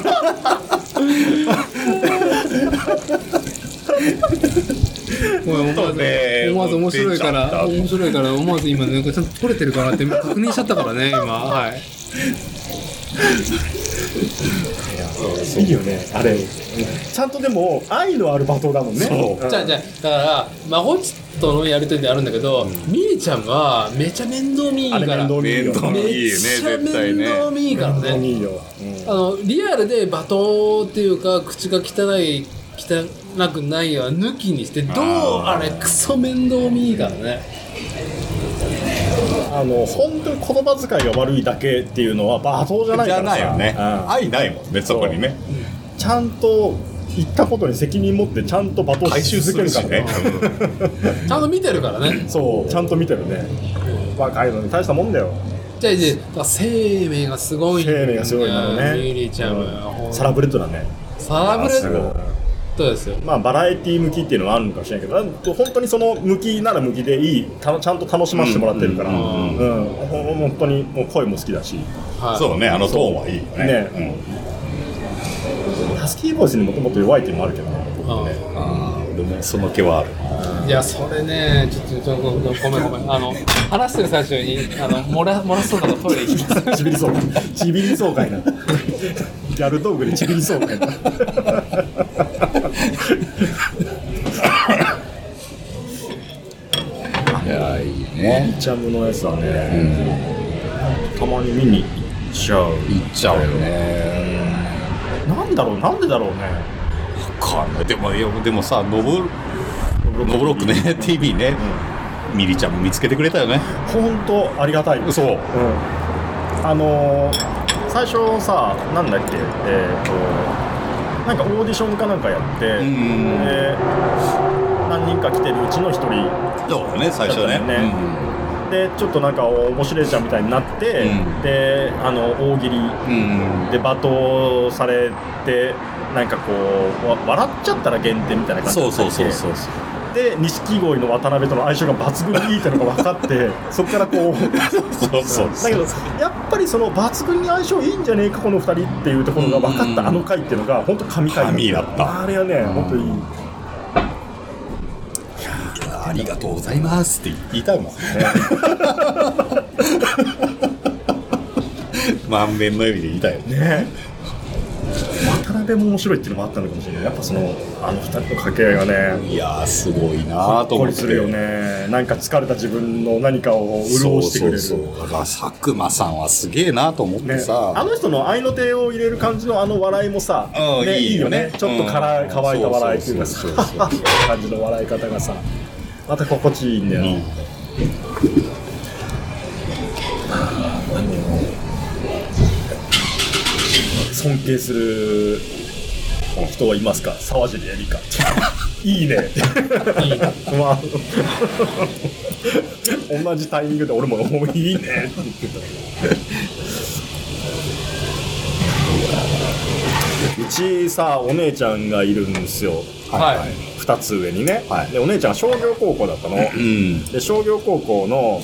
思わず面白いから思わず今なんかちゃんと撮れてるかなって確認しちゃったからね今はい。 いいよねあれ、ちゃんとでも愛のある罵倒だもんね。 じゃあだからマホチとのやりとりであるんだけど、ミリちゃんはめちゃ面倒見いいから面倒見いいよねめっちゃ面倒見いいからね。リアルで罵倒っていうか口が汚くないは抜きにしてどうあれクソ面倒見いいからね。 本当に言葉遣いが悪いだけっていうのは罵倒じゃないからさ。 じゃないよね、愛ないもんねそこにね。 ちゃんと言ったことに責任持ってちゃんと罵倒し続けるからね。 ちゃんと見てるからね。 そうちゃんと見てるね。若いのに大したもんだよ。 じゃあ生命がすごいんだよ。 生命がすごいんだろうね。 ミリちゃんはサラブレッドだね。 サラブレッドですよ。 まあバラエティ向きっていうのはあるのかもしれないけど、本当にその向きなら向きでいいちゃんと楽しませてもらってるから、本当にもう声も好きだし、 そうねトーンはいいよね。 ハスキーボイスにもともと弱いっていうのもあるけどね。 でもその気はある。 いやそれねちょっとごめん話してる最中に漏らそうからトイレ行きます。 ちびりそうかいな。ギャル道具でちびりそうかいな。 いやいいね。 ジャムのやつはね、たまに見に行っちゃうよね。なんでだろうね。 わかんない。でもさノブロックね TV ね、ミリちゃんも見つけてくれたよね。 本当ありがたい。 そう。 最初さなんだっけなんかオーディションかなんかやって、何人か来てるうちの一人。 そうだね最初ね。 でちょっとなんか面白いじゃんみたいになって、で大喜利で罵倒されてなんかこう笑っちゃったら減点みたいな感じで。そうで錦鯉の渡辺との相性が抜群にいいっていうのが分かってそこからこうそうだけどやっぱりその抜群に相性いいんじゃねえかこの2人っていうところが分かった回っていうのが本当神回だった。 あれはね本当にいい。 ありがとうございますって言いたいもん。満面の笑みで言いたいよね。 渡辺も面白いっていうのもあったのかもしれない。やっぱその2人の掛け合いがね、 いやすごいなと思って。 するよね。なんか疲れた自分の何かを潤してくれる。 だから佐久間さんはすげえなと思ってさ、 あの人の愛の手を入れる感じの笑いもさ、いいよね。ちょっと可愛いた笑いっていうかさ、感じの笑い方がさまた心地いいんだよ。 敬する人はいますか？沢尻エリカっていいねっていいねまあ同じタイミングで俺もいいねって言ってた。うちさお姉ちゃんがいるんですよ。 はい、 2つ上にね、 はい、 でお姉ちゃんは商業高校だったの、で商業高校の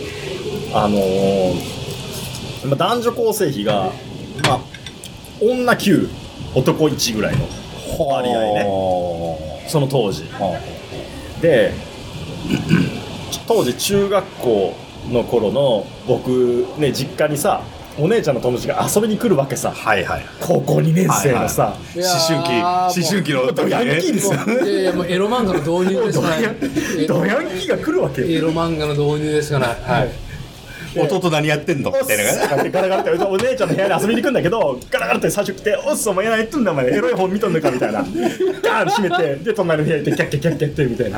男女構成比が、まあ、女9男1ぐらいの割合ね、その当時で当時中学校の頃の僕ね、実家にさお姉ちゃんの友達が遊びに来るわけさ、 はいはい、 高校2年生のさ、 思春期の時ヤンキーですよ。 いやもうエロ漫画の導入でしかない。 ドヤンキーが来るわけよ。 エロ漫画の導入でしかない。はい。 弟何やってんのみたいなガラガラってお姉ちゃんの部屋に遊びに行くんだけど、ガラガラって最初来て、おっそお前何やってんだお前エロい本見とんのかみたいな、ガーン閉めて、で隣の部屋行ってキャッキャキャッキャってみたいな。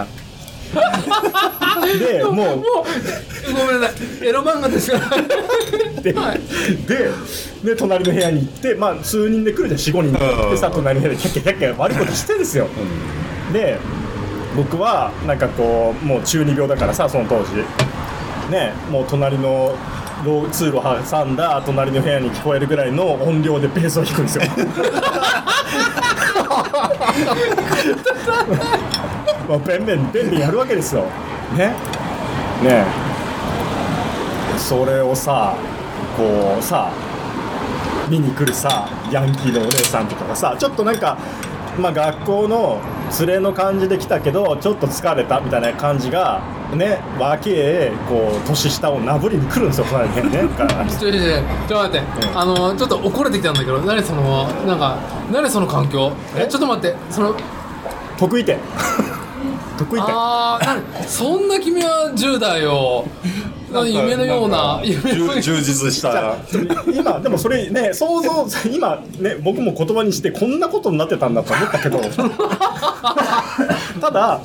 でもうごめんなさい、エロ漫画ですからで隣の部屋に行って、まあ数人で来るじゃん、4、5人でさ、隣の部屋でキャッキャキャッキャ悪いことしてるんですよ、で僕はなんかこうもう中二病だからさ、その当時ね、もう隣の通路挟んだ隣の部屋に聞こえるぐらいの音量でベースを弾くんですよまあ、ベンベンやるわけですよね。それをさこうさ見に来るさヤンキーのお姉さんとかがさ、ちょっとなんか、まあ、学校の連れの感じで来たけどちょっと疲れたみたいな感じがね、若えこう年下をなぶりに来るんですよ、隣にね。ちょっと待って、 ちょっと怒れてきたんだけど、何その環境？ちょっと待って、 得意点そんな君は10代よ。夢のような充実した今でもそれね想像今ね僕も言葉にしてこんなことになってたんだと思ったけどただ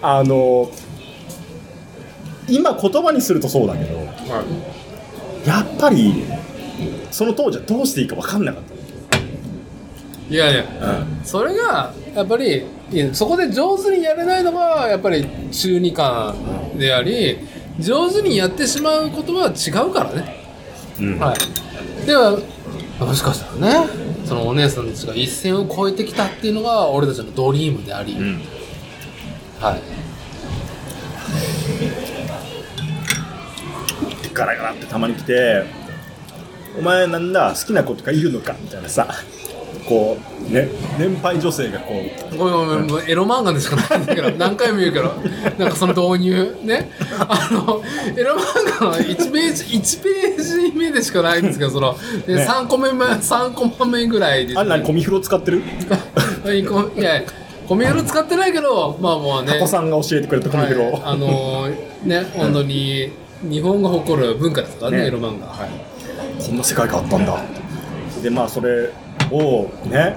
今言葉にするとそうだけど、やっぱりその当時はどうしていいか分かんなかった。 いや、それがやっぱりそこで上手にやれないのがやっぱり中二感であり、上手にやってしまうことは違うからね、はい。ではもしかしたらね、そのお姉さんたちが一線を越えてきたっていうのが俺たちのドリームであり、はい。 ガラガラってたまに来て、お前なんだ好きな子とかいるのかみたいなさ、こうね、年配女性がこうごめんエロ漫画でしかないんだけど何回も言うけど、なんかその導入ね、エロ漫画の1ページ目でしかないんですけど、その、ね、3コマ目ぐらいで、 あれ何コミフロ使ってる？ いやコミフロ使ってないけど、まあもうね、 タコさんが教えてくれたコミフロ、 ね、本当に日本が誇る文化ですからね、エロ漫画、はい、 こんな世界があったんだ。でまあそれをね、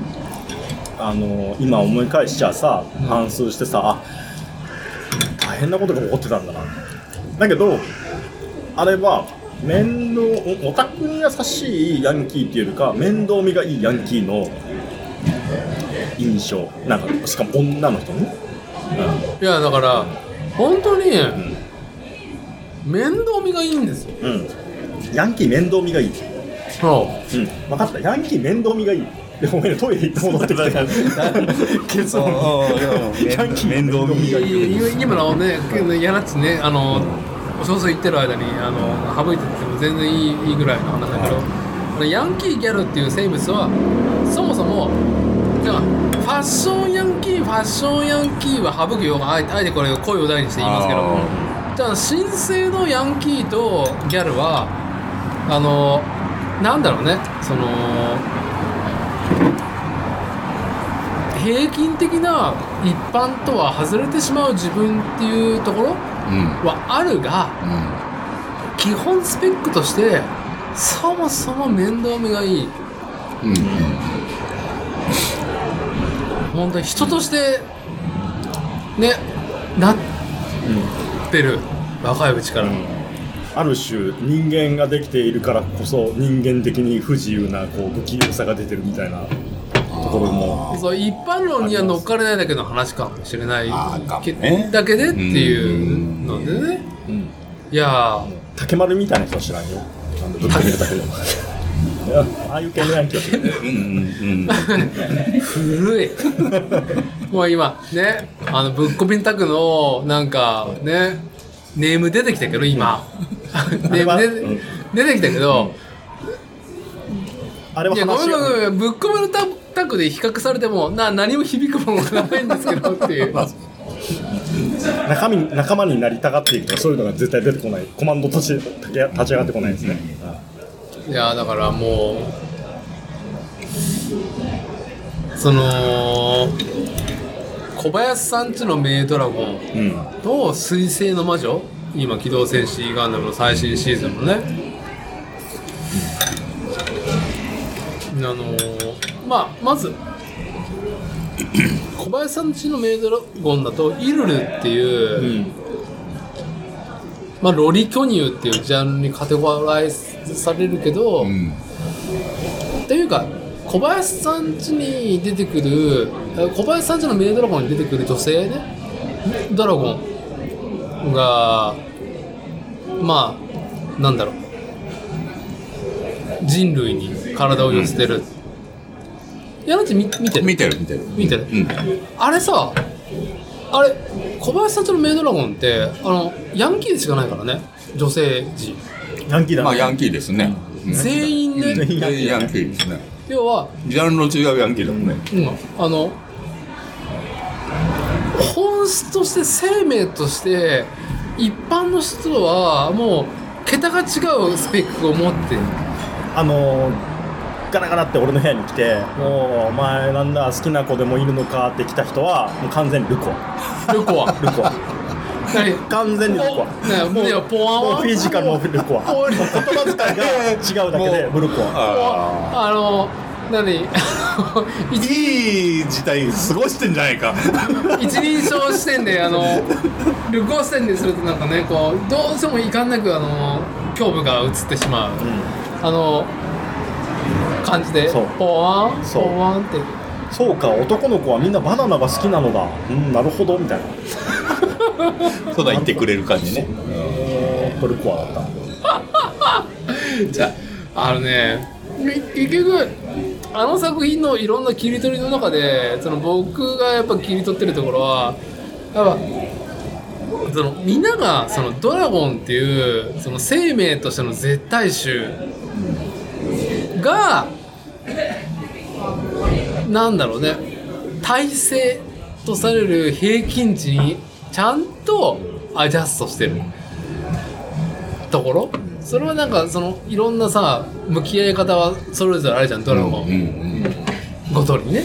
今思い返しちゃさ、反芻してさ、大変なことが起こってたんだな。だけどあれはオタクに優しいヤンキーっていうよりか面倒見がいいヤンキーの印象なんか、しかも女の人ね、 いやだから本当に、面倒見がいいんですよ、 ヤンキー面倒見がいい。 分かった。ヤンキー面倒見がいい。でごめん、トイレ行って戻ってきて結論ヤンキー面倒見がいい。 今のねやらっちね、お小言ってる間に省いてても全然いいぐらいの話だけど、ヤンキーギャルっていう生物はそもそもファッションヤンキーは省くようがあえてこれ声を大にして言いますけども、じゃあ神聖のヤンキーとギャルはなんだろうね、その平均的な一般とは外れてしまう自分っていうところはあるが、基本スペックとしてそもそも面倒見がいい、本当に人としてねなってる、若いうちから、 ある種人間ができているからこそ人間的に不自由なこう不器用さが出てるみたいなところもそう一般論には乗っかれないだけの話かもしれないね、 だけでっていうのでね、いや竹丸みたいな人は知らんよ。なんでぶっ込めるだけでもああいう系のヤンキーは古いもう今ねぶっこみたくのなんかねネーム出てきたけど今ネーム出てきたけど、 あれは話ごめんぶっこめるタクで比較されても何も響くものがないんですけどっていう仲間になりたがっていくとそういうのが絶対出てこない。コマンドとして立ち上がってこないですね。 いやだからもうその小林さんちのメイドラゴンと水星の魔女、今機動戦士ガンダムの最新シーズンのね、まず小林さんちのメイドラゴンだとイルルっていう、ロリ巨乳っていうジャンルにカテゴライズされるけど、っていうか小林さん家に出てくる小林さん家のメイドラゴンに出てくる女性ねドラゴンがなんだろう人類に体を寄せてる、やなち見てる、あれさ小林さんちのメイドラゴンってヤンキーでしかないからね、女性陣ヤンキーだね。 ヤンキーですね。 全員ねヤンキーですね。 要はジャンルの違うヤンキーだもんね。 本質として生命として一般の人とはもう桁が違うスペックを持ってる。 ガラガラって俺の部屋に来て、もうお前なんだ好きな子でもいるのかって来た人はもう完全にルコア完全にルコアもうポワンもうフィジカルもルコア言葉遣いが違うだけでルコアいい時代過ごしてんじゃないか。 一人称視点でルコア視点でするとなんかねこうどうしてもいかんなく胸部が映ってしまう、感じでポワンってそうか男の子はみんなバナナが好きなのだ、なるほどみたいなそうだ言ってくれる感じね。 ルコアだったじゃあ結局作品のいろんな切り取りの中で僕がやっぱ切り取ってるところはやっぱみんながドラゴンっていう生命としての絶対種がなんだろうね体制とされる平均値にちゃんとアジャストしてるところ、それはなんかいろんなさ向き合い方はそれぞれあるじゃんドラゴンごとにね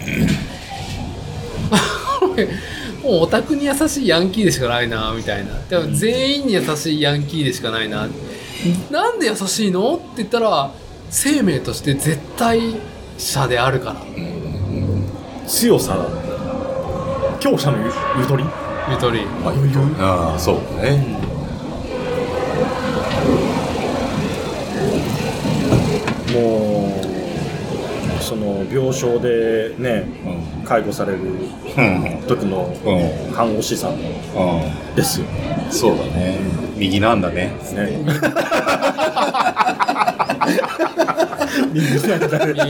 もうオタクに優しいヤンキーでしかないなみたいな、でも全員に優しいヤンキーでしかないな、なんで優しいのって言ったら生命として絶対者であるから、 強さ強者のゆとりああそうね、 もう病床でね、介護される時の看護師さんですよ、 そうだね、右なんだね右なんだね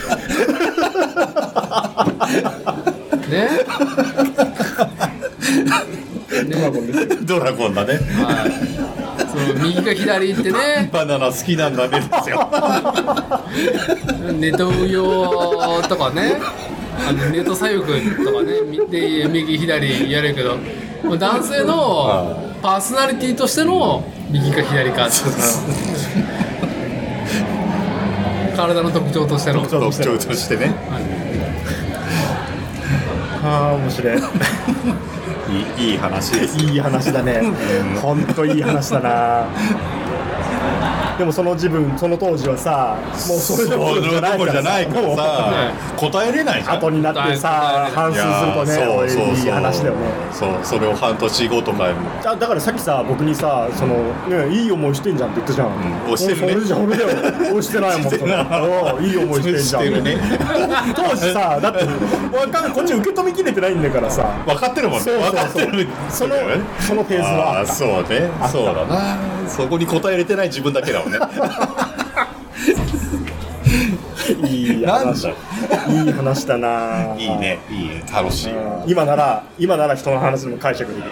ドラゴンだね、 右か左ってねバナナ好きなんだねですよネトウヨとかねネト左翼とかねで右左やるけど男性のパーソナリティとしての右か左か体の特徴としての特徴としてね、 面白いいい話です。 いい話だね。本当いい話だな。 でもその当時はさ、もうそれどころじゃないからさ、 答えれないじゃん。 後になってさ、反芻するとね、いい話だよね。 そう、それを半年後とかに。 だからさっきさ、僕にさ、いい思いしてんじゃんって言ったじゃん。 押してるね。 それじゃ俺だよ。押してないもん。いい思いしてんじゃん。当時さ、だってこっち受け止めきれてないんだからさ。 分かってるもんね。分かってる。 そのフェーズは。 そうね。そうだな。そこに答えれてない自分だけだもんね。 いい話だな。 いいね、楽しい。 今なら人の話にも解釈できる。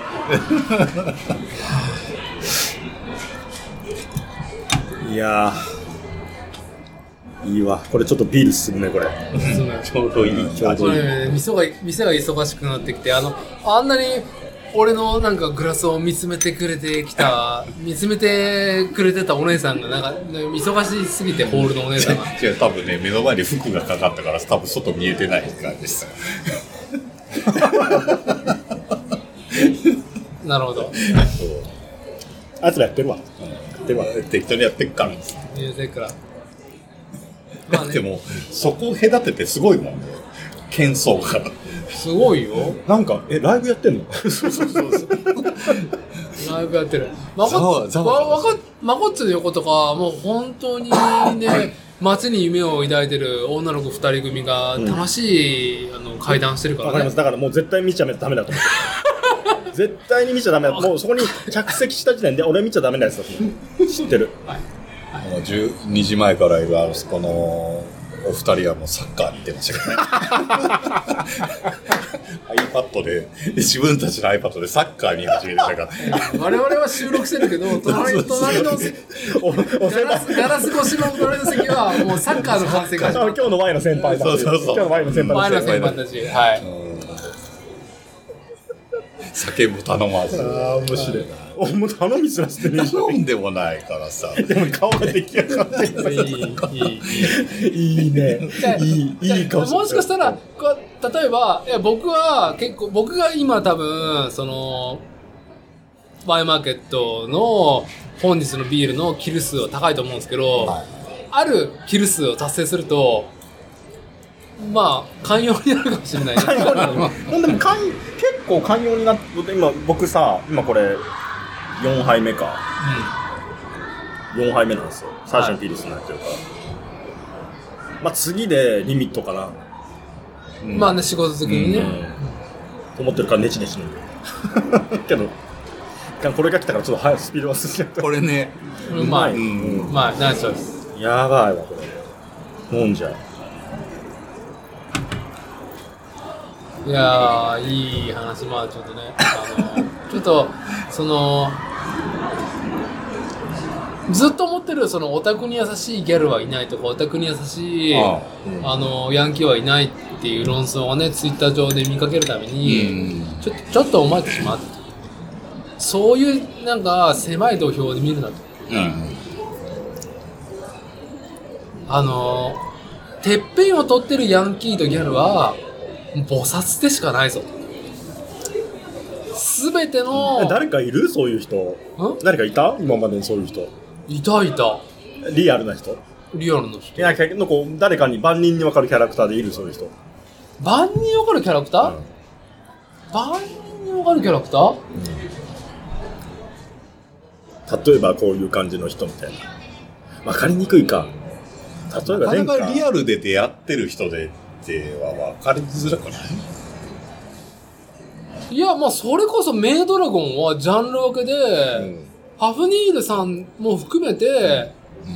いやいいわ。これちょっとビール進むね、これ。 ちょうどいい。 これ店が忙しくなってきて、あんなに俺のなんかグラスを見つめてくれてたお姉さんがなんか忙しすぎて、ホールのお姉さんが違う、多分ね、目の前に服がかかったから多分外見えてない感じです。 なるほど。 あいつらやってるわ。 適当にやってっからです。だってもうそこを隔ててすごいもんね、喧騒が。 すごいよ。 なんかライブやってんの？ そうライブやってる。まこっつの横とかもう本当にね、街に夢を抱いてる女の子2人組が楽しい、会談してるからね。わかります。 だからもう絶対見ちゃダメだと思って。絶対に見ちゃダメだ。もうそこに着席した時点で俺見ちゃダメなやつだと思う。知ってる。 12時前からいるあそこのお二人はもうサッカー見てましたからね。iPad で自分たちの iPad でサッカー見始めてたから。 我々は収録してるけど、隣のガラス越しの隣の席はもうサッカーの観戦会場。 今日の前の先輩たち。今日の前の先輩たち。はい。 酒も頼まず。 面白いな。もう頼みすらしてねえじゃん。 飲んでもないからさ。 でも顔が出来上がってる。いいね。いい顔してる。 もしかしたら例えば僕が今多分ワイマーケットの本日のビールのキル数は高いと思うんですけど、あるキル数を達成するとまあ寛容になるかもしれない。 寛容になる。でも結構寛容になって、今これ4杯目か。4杯目なんですよ。最初にピルスになってるから。まあ次でリミットかな。 まあね、仕事的にね。 と思ってるからネチネチ飲んでる。けどこれが来たからちょっと早くスピードが進んじゃった。 これね、 うまい。ナイスです。 やばいわこれ。飲んじゃう。 いやー、いい話。まあちょっとね、ちょっとずっと思ってるオタクに優しいギャルはいないとか、オタクに優しいヤンキーはいないっていう論争をね、ツイッター上で見かけるために、ちょっとお前たち待って、そういうなんか狭い土俵で見るなと。てっぺんを取ってるヤンキーとギャルは菩薩でしかないぞ。すべての誰かいるそういう人。誰かいた今までにそういう人。 いた。 リアルな人。 リアルな人。 いや誰かに万人に分かるキャラクターでいるそういう人。 万人に分かるキャラクター？万人に分かるキャラクター？ 例えばこういう感じの人みたいな。分かりにくいか。例えばなかなかリアルで出会ってる人では分かりづらくない？ いや、まあそれこそメイドラゴンはジャンル分けで、ハフニールさんも含めて、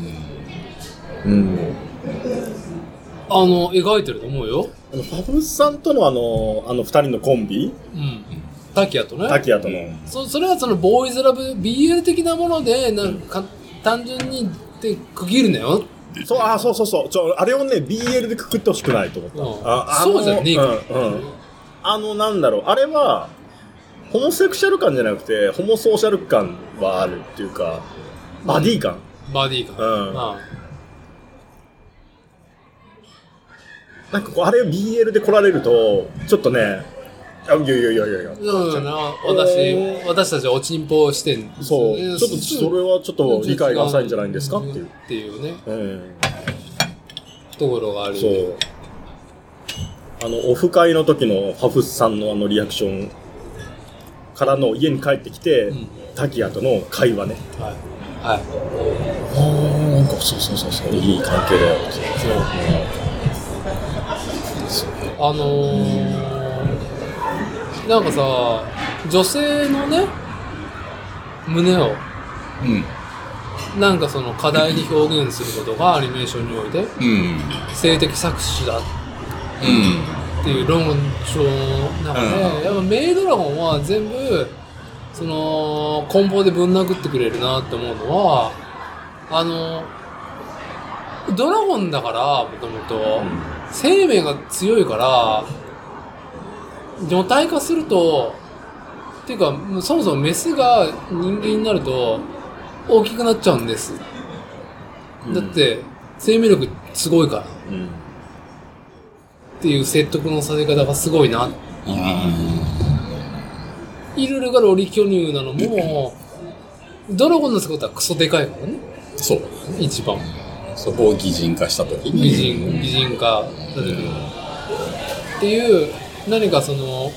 描いてると思うよ。 ハフさんとの二人のコンビ、 タキヤとね。それはボーイズラブ BL 的なものでなんか単純にで区切るなよ。 そう。あれをね BL でくくってほしくないと思った。 そうじゃねえか。 なんだろう、あれはホモセクシャル感じゃなくてホモソーシャル感はあるっていうか、バディ感。なんかあれを BL で来られるとちょっとね、 いやいやいやいや。 私たちはおちんぽしてんですよね。 そう。ちょっとそれはちょっと理解が浅いんじゃないんですかっていうね。ところがある。 そう。オフ会の時のハフさんのリアクションからの家に帰ってきて、滝谷との会話ね。 はい。 なんかそう、いい関係だよ。 なんかさ、女性のね、胸を、なんかその課題に表現することがアニメーションにおいて、性的搾取だっていう論調の中で、やっぱメイドラゴンは全部、その根本でぶん殴ってくれるなって思うのは、ドラゴンだから、もともと、生命が強いから、女体化すると、っていうか、そもそもメスが人間になると、大きくなっちゃうんです。だって、生命力すごいから。っていう説得のされ方がすごいな。イルルがロリ巨乳なのも、ドラゴンの姿はクソでかいからね。 そう。 一番。 そこを擬人化したときに。 擬人化したときに。っていう、何かその、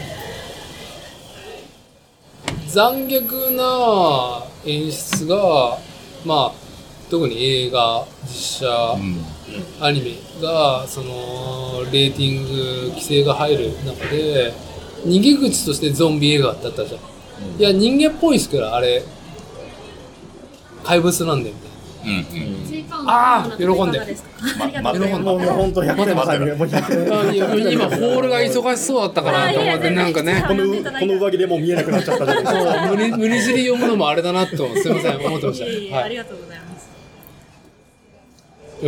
残虐な演出が、まあ、特に映画、実写、アニメが、その、レーティング、規制が入る中で、逃げ口としてゾンビ映画だったじゃん。いや、人間っぽいですから、あれ、怪物なんだよね。ああ、喜んで。 もう本当100点のタイムもう100点。 今ホールが忙しそうだったからと思ってなんかね。 この上着でもう見えなくなっちゃったじゃないですか。 無理尻読むのもあれだなとすみません思ってました。 ありがとうございます。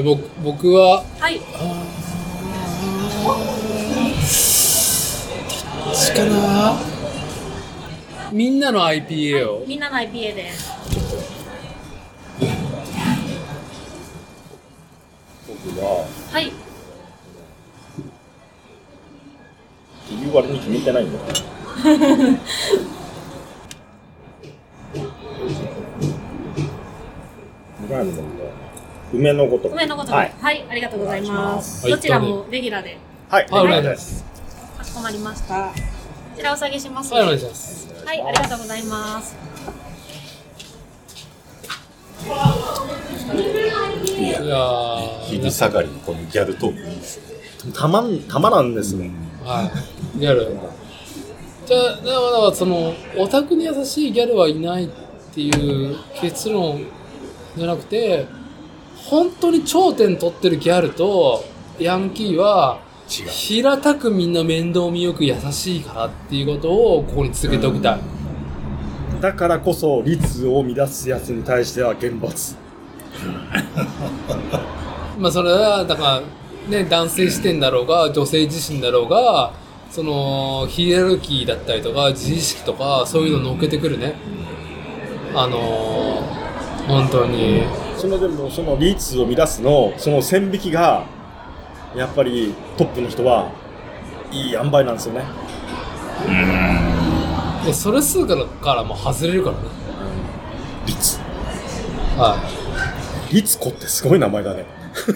僕ははい。 どっちかな。みんなの IPA を。 みんなの IPA で。はい。 言う割に決めてないんだよ。梅のごとく。 梅のごとく。はい、ありがとうございます。どちらもレギュラーで。 はい、 お願いします。 かしこまりました。こちらお下げします。 はい、お願いします。 はい、ありがとうございます。 いや日々下がりのこのギャルトークいいですね。 たまらんですね。 はい。ギャル。じゃあ、だからその、オタクに優しいギャルはいないっていう結論じゃなくて、本当に頂点取ってるギャルとヤンキーは、平たくみんな面倒見よく優しいからっていうことをここに続けておきたい。 だからこそ律を乱すやつに対しては厳罰。 まあそれはだからね、男性視点だろうが女性自身だろうが、そのヒエラルキーだったりとか自意識とかそういうのを乗っけてくるね。本当にでもその律を乱すのその線引きがやっぱりトップの人はいい塩梅なんですよね。 でそれ数からも外れるからね。 律。 はい。 律子ってすごい名前だね。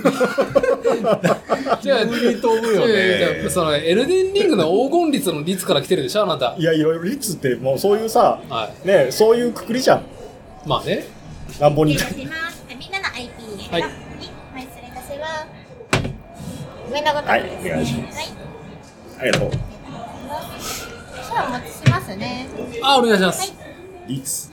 じゃあ飛ぶよね。そのエルデンリングの黄金律の律から来てるでしょあなた。 いやいろいろ律ってもうそういうさ、 はい、 ねそういうくくりじゃん。 まあね。 乱暴に。みんなの IP はい。 はい、それ私は上のごとくです。 はい、お願いします。はい。ありがとう。 じゃあお持ちしますね。 あ、お願いします。 はい、律。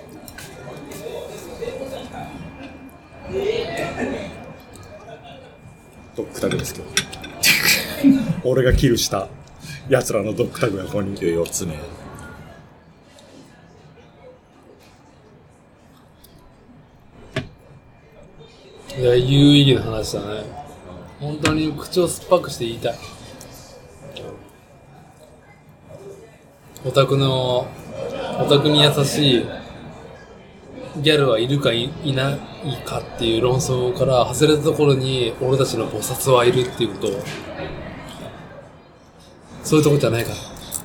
ドッグタグですけど俺がキルしたやつらのドッグタグがここに4つ目。 いや、有意義な話だね。本当に口を酸っぱくして言いたい。オタクに優しいギャルはいるか いないかっていう論争から外れたところに俺たちの菩薩はいるっていうことを、そういうとこじゃないか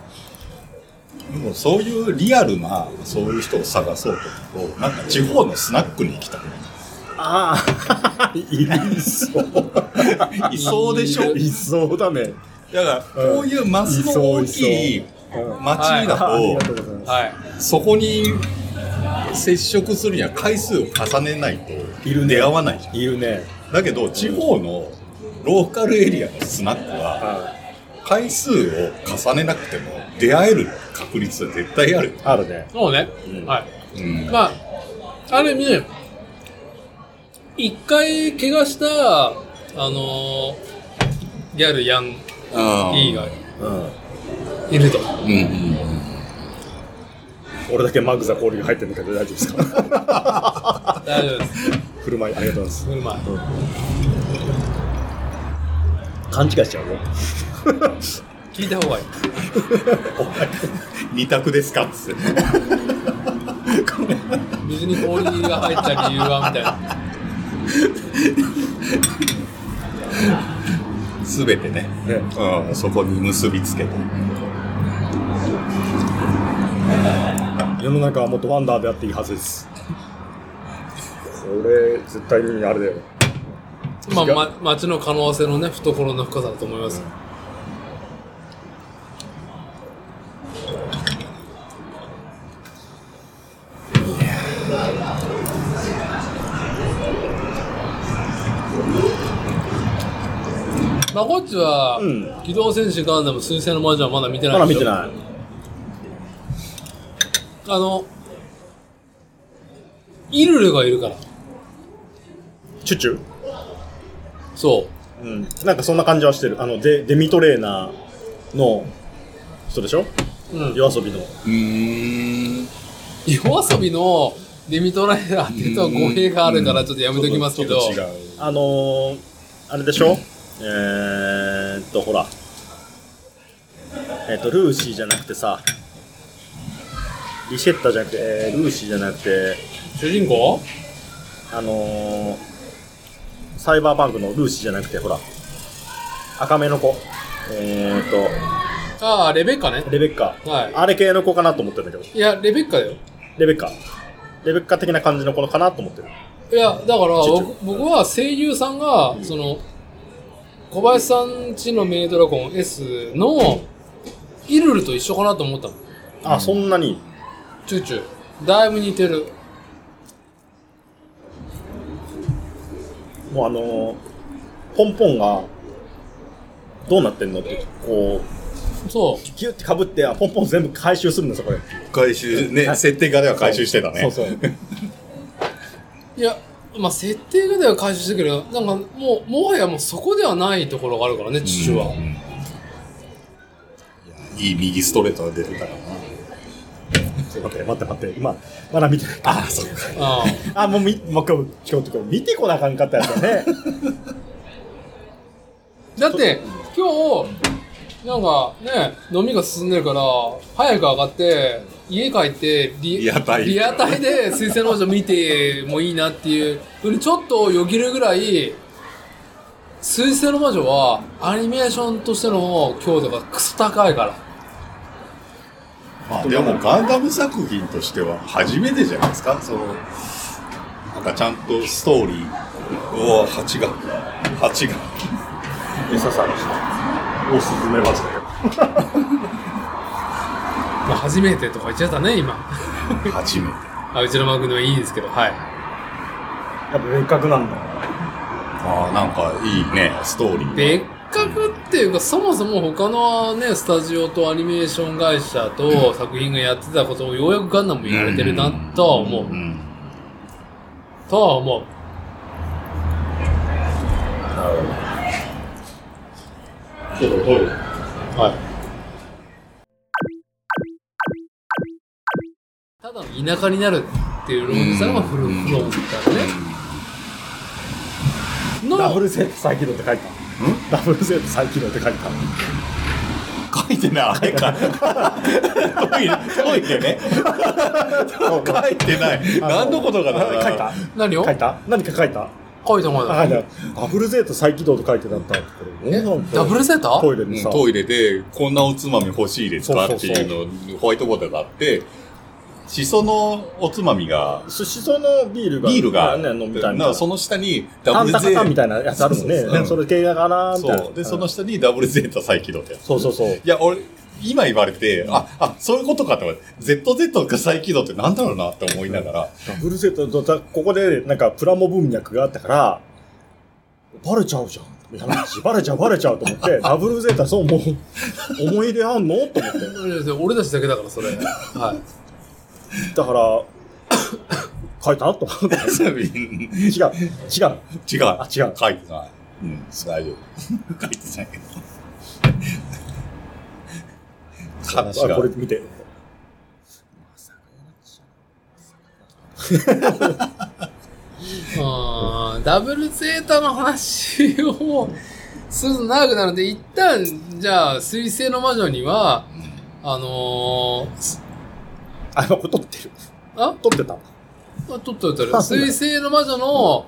もそういうリアルなそういう人を探そうと思うとなんか地方のスナックに行きたくない。 ああいそういそうでしょ。 いそうだね。 だからこういうマスの大きい街だとそこに接触するには回数を重ねないと出会わないじゃん。 いるね。 だけど地方のローカルエリアのスナックは回数を重ねなくても出会える確率は絶対ある。 あるね。 そうね。はい。まあある意味一回怪我したギャルヤン E がいると。 俺だけマグザ氷が入ってるんだけど大丈夫ですか？ 大丈夫です。 振る舞いありがとうございます。 振る舞い。 勘違いしちゃうよ。 聞いた方がいい。 二択ですかっつって。 水に氷が入った理由はみたいな。 すべてね、そこに結びつけて。 世の中はもっとワンダーであっていいはずです。これ絶対にあれだよ。 街の可能性のね懐の深さだと思います。まあこっちは、機動戦士ガンダム水星の魔女はまだ見てないでしょ。 まだ見てない。 イルルがいるから。 チュチュ？ そう。 なんかそんな感じはしてる。デミトレーナーの人でしょ？夜遊びの。 夜遊びのデミトレーナーって言うと語弊があるからちょっとやめときますけど。 あれでしょ？ほら。ルーシーじゃなくてさ、リシェッタじゃなくて、ルーシーじゃなくて、 主人公？ サイバーバンクのルーシーじゃなくて、ほら、赤目の子。 レベッカね。 レベッカ。 はい。 あれ系の子かなと思ってるんだけど。 いや、レベッカだよ。 レベッカ的な感じの子かなと思ってる。 いや、だから僕は声優さんが、小林さんちのメイドラゴン S のイルルと一緒かなと思ったの。 あ、そんなに？ チューチュー。だいぶ似てる。 もうポンポンがどうなってんのってこうそうギュッてかぶってポンポン全部回収するんですよこれ。 回収ね、設定画では回収してたね。 そう。 いや、まあ設定画では回収してるけど、なんかもはやもうそこではないところがあるからね、父は。 いい右ストレートが出てたからな。 待って今まだ見てない。 あ、そうか。もう今日見てこなあかんかったやつだね。 だって今日なんかね飲みが進んでるから早く上がって家帰ってリアタイで水星の魔女見てもいいなっていうふうにちょっとよぎるぐらい水星の魔女はアニメーションとしての強度がクソ高いから。 まあでもガンダム作品としては初めてじゃないですか。なんかちゃんとストーリーを8が餌さんおすすめましたよ。 まあ初めてとか言っちゃったね今。 初めて。 うちのマークのはいいですけど、はい。 やっぱ別格なんだ。 なんかいいねストーリー。 別格っていうかそもそも他のねスタジオとアニメーション会社と作品がやってたことをようやくガンダム言われてるなとは思う。とは思う。はい。ただの田舎になるっていうローンさんがフロンだね。 ダブルセット再起動って書いた。ダブルセット再起動って書いた。 書いてない。あれか。トイレね。書いてない。何のことかな。 書いた。 何を？ 書いた。何か書いた。 書いてもらった。 ダブルゼータ再起動と書いてあったところ。 ダブルゼータ？ トイレにさ。 トイレで、こんなおつまみ欲しいですかっていうのホワイトボードがあって、シソのおつまみが、 シソのビールがね、飲みたいな。 その下にダブルゼータ。タンタカタンみたいなやつあるもんね。それ系だかなみたいな。 そう。で、その下にダブルゼータ再起動ってやつ。 そう。 いや、俺、今言われて、そういうことかと思って、ZZ が再起動ってなんだろうなって思いながら。 ダブルゼータ、ここでなんかプラモ文脈があったから、バレちゃうじゃん。バレちゃうと思って、ダブルゼータ、そうもう、思い入れあんのと思って。 俺たちだけだから、それ。はい。 だから、書いたと思って。違う。 あ、違う。書いてない。うん、大丈夫。書いてないけど。 これ見て。 ダブルゼータの話をすると長くなるので、一旦、じゃあ、水星の魔女には、 これ撮ってる。撮ってた。 撮ってる。水星の魔女の、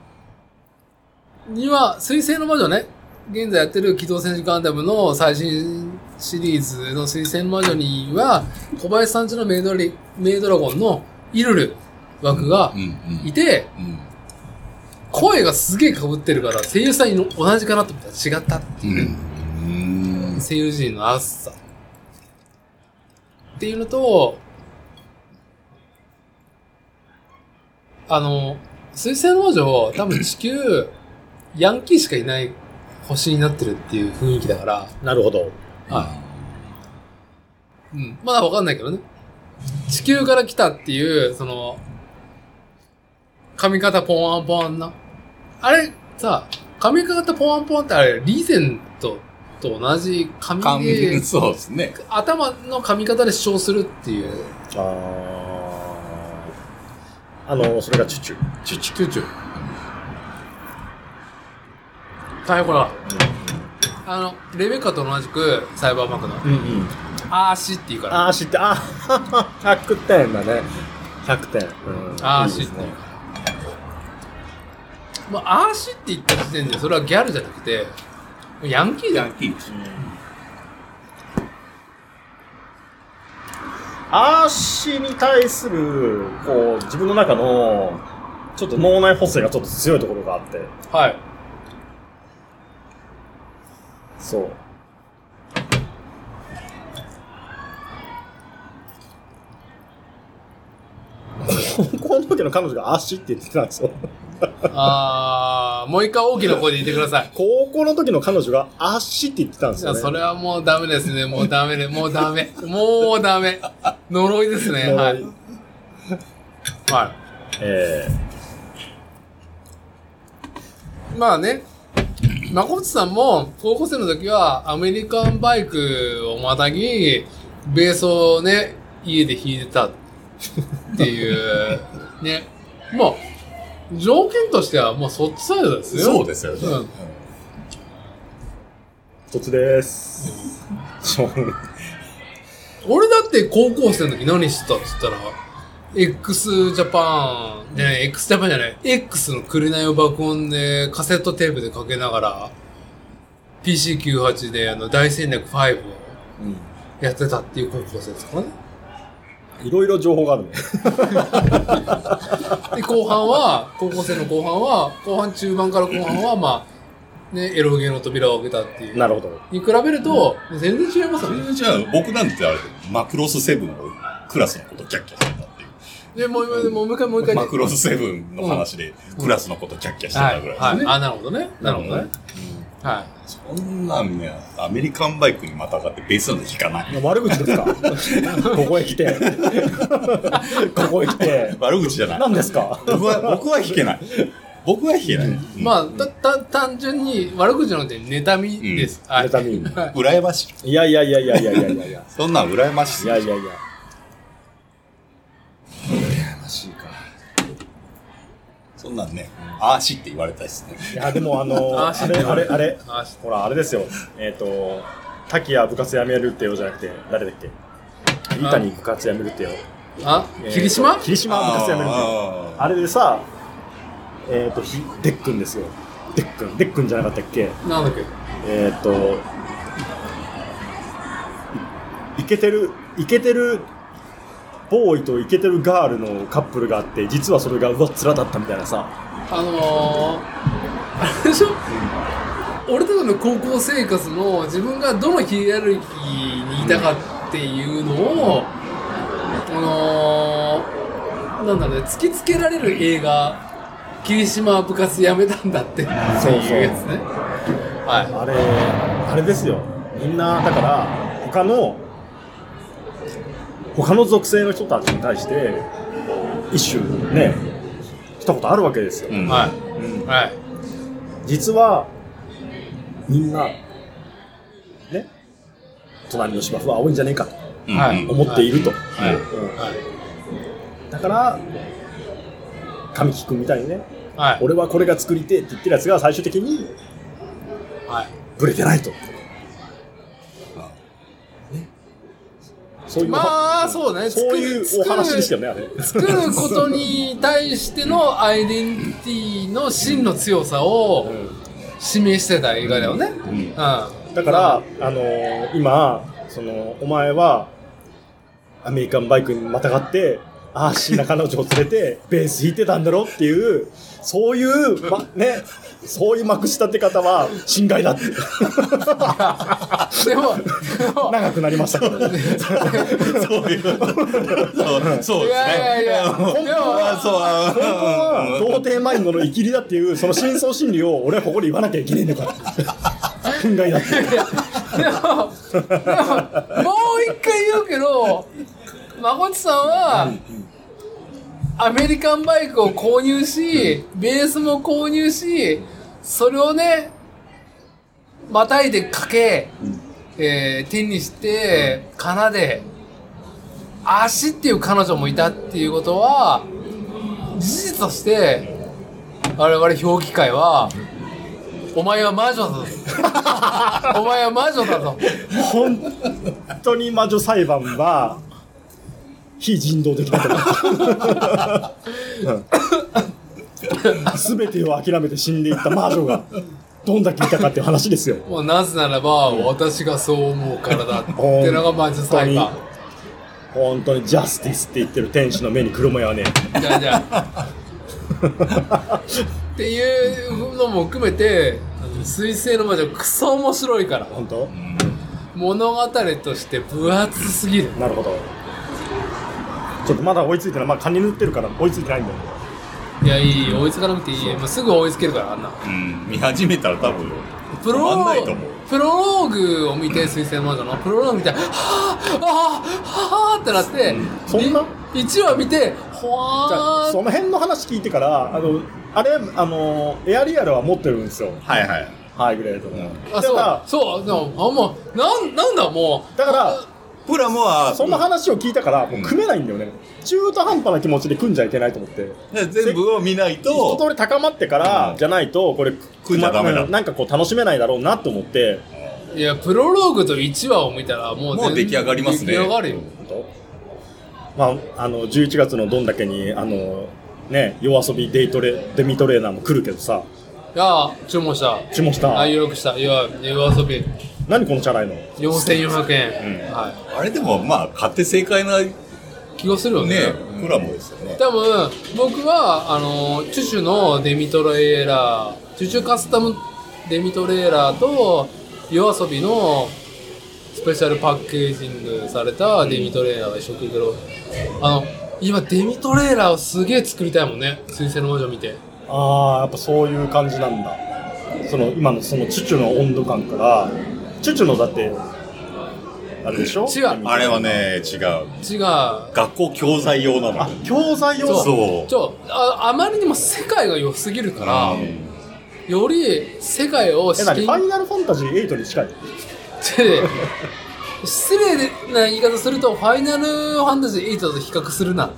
には、水星の魔女ね、現在やってる機動戦士ガンダムの最新シリーズの水星の魔女には、小林さんちのメイドラゴンのイルル枠がいて、声がすげえ被ってるから、声優さんに同じかなと思ったら違ったっていうね。声優陣の厚さ。っていうのと、水星の魔女、多分地球、ヤンキーしかいない星になってるっていう雰囲気だから。 なるほど。 はい。まだわかんないけどね。地球から来たっていう、髪型ポワンポワンな。あれ、さ、髪型ポワンポワンってあれ、リーゼントと同じ髪で、 そうですね。 頭の髪型で主張するっていう。 それがチュチュ。 チュチュ。最後だ。レベッカと同じく、サイバーバンクの。アーシって言うから。 アーシって、100点だね。100点。 アーシって言うから。アーシって言った時点で、それはギャルじゃなくて、ヤンキーだよ。ヤンキーです。 アーシに対する、自分の中の、ちょっと脳内補正がちょっと強いところがあって。 はい。 そう。高校の時の彼女がアーシって言ってたんですよ。 もう一回大きな声で言ってください。 高校の時の彼女がアッシって言ってたんですよね。 それはもうダメですね。もうダメ。呪いですね。はい。まあね、誠さんも高校生の時はアメリカンバイクをまたぎ、ベースをね、家で弾いてたっていう、ね。もう、条件としてはもうそっちサイドですよ。 そうですよね。 そっちです。 俺だって高校生の時何してたって言ったら、X ジャパンじゃない、X ジャパンじゃない、X の紅を爆音でカセットテープでかけながら、PC98 で大戦略5をやってたっていう高校生ですからね。 いろいろ情報があるね。 で、高校生の後半中盤から後半は、まあ、ね、エロゲの扉を開けたっていう。 なるほど。 に比べると、全然違いますよね。 全然違う。僕なんてあれ、マクロス7のクラスのことキャッキャしてたっていう。 で、もう一回。 マクロス7の話で、クラスのことキャッキャしてたぐらいですね。 はい。なるほどね。はい。 そんなんね、アメリカンバイクにまたがってベースなんて弾かない。 悪口ですか？ここへ来て。 悪口じゃない。 何ですか？ 僕は弾けない。 まあ、単純に悪口なんて妬みです。 妬み。 羨ましい。 いや。 そんなん羨ましい。 いや。羨ましいか。そんなんね、あーしって言われたいですね。 いや、でもあれ。ほら、あれですよ。滝谷部活やめるってよじゃなくて、誰だっけ？桐谷部活やめるってよ。 霧島部活やめるってよ。あれでさ、 デックンですよ。デックンじゃなかったっけ？ なんだっけ？ イケてるボーイとイケてるガールのカップルがあって、実はそれが上っ面だったみたいなさ。 あれでしょ、俺たちの高校生活の自分がどのヒエラルキーにいたかっていうのを、なんだろうね、突きつけられる映画、霧島部活やめたんだっていうやつね。はい。 あれですよ。みんなだから他の属性の人たちに対して一種ね一言あるわけですよ。 はい、はい。 実はみんなね隣の芝生は青いんじゃねえかと思っていると。だから神木君みたいにね、俺はこれが作りてえって言ってるやつが最終的にブレてないと。そういうまあそうね、 そういうお話ですよね、あれ。 作ることに対してのアイデンティティの真の強さを示してた映画だよね。 だから今お前はアメリカンバイクにまたがってアーシーな彼女を連れてベース弾いてたんだろっていうそういう、そういうまくし立て方は侵害だって。 でも長くなりましたけど。そうですね。本当は童貞マインドの生きりだっていうその深層心理を俺はここで言わなきゃいけねえのか。侵害だって。 でももう一回言うけど、まこっちさんはアメリカンバイクを購入し、ベースも購入し、それをね、またいでかけ、手にして、奏で、足っていう彼女もいたっていうことは、事実として、我々評議会は、お前は魔女だぞ。お前は魔女だぞ。 本当に魔女裁判は、非人道的だと思う。全てを諦めて死んでいった魔女がどんだけいたかっていう話ですよ。 もうなぜならば、私がそう思うからだってのが魔女裁判。 本当にジャスティスって言ってる天使の目に黒もやはねえ。 じゃあっていうのも含めて、水星の魔女クソ面白いから。 本当？ 物語として分厚すぎる。 なるほど。ちょっとまだ追いついてない。まあ、カニ塗ってるから追いついてないんだよ。 いや、いい、追いつかなくていい。もうすぐ追いつけるから、あんな。 見始めたら多分プロローグを見て、水星の魔女のプロローグ見て、はぁはぁってなって、 そんな 1話見て、ほわー。じゃあ、その辺の話聞いてから、あれ、エアリアルは持ってるんですよ。 はいはい。 ハイグレードの。 そう、でも、もう、なんだ、もう。 だから、 プラモはその話を聞いたからもう組めないんだよね。中途半端な気持ちで組んじゃいけないと思って。 全部を見ないと一通り高まってからじゃないとこれ組んじゃダメだ。 なんかこう楽しめないだろうなと思って。 いや、プロローグと1話を見たらもう出来上がりますね。 出来上がるよ。 まあ11月のどんだけにね、夜遊びデミトレーナーも来るけどさ。 いや、注文した。予約した。夜遊び。 何このチャラいの ？4400円。 はい。あれでもまあ買って正解な気がするよね。 プラモですよね。 多分僕はチュチュのデミトレーラー、チュチュカスタムデミトレーラーと夜遊びのスペシャルパッケージングされたデミトレーラーが一緒来るけど、今デミトレーラーをすげえ作りたいもんね。水星の魔女見て。 ああ、やっぱそういう感じなんだ。今のそのチュチュの温度感から。チュチュのだってあれでしょ？ 違う。 あれはね、違う。学校教材用なの。 あ、教材用。 そう。 あまりにも世界が良すぎるから、より世界をファイナルファンタジー8に近い。 失礼な言い方するとファイナルファンタジー8と比較するな。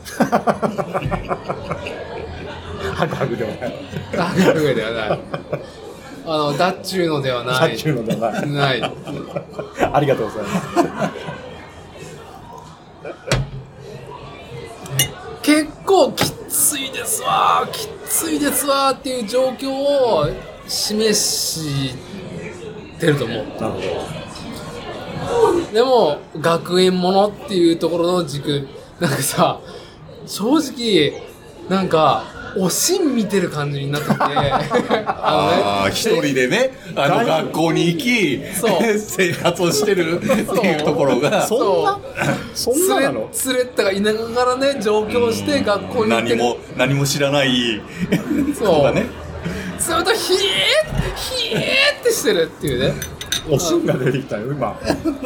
ハグハグではない。 ハグハグではない。ダッチューのではない。 ダッチューのではない。 ない。 ありがとうございます。結構きつついですわきついですわっていう状況を示してると思う。 なるほど。 でも学園ものっていうところの軸なんかさ正直なんかおしん見てる感じになってて一人でね学校に行き生活をしてるっていうところがそんななの？ スレッタがいながらね上京して学校に行って何も知らないそうがねずっとヒエーってしてるっていうねおしんが出てきたよ今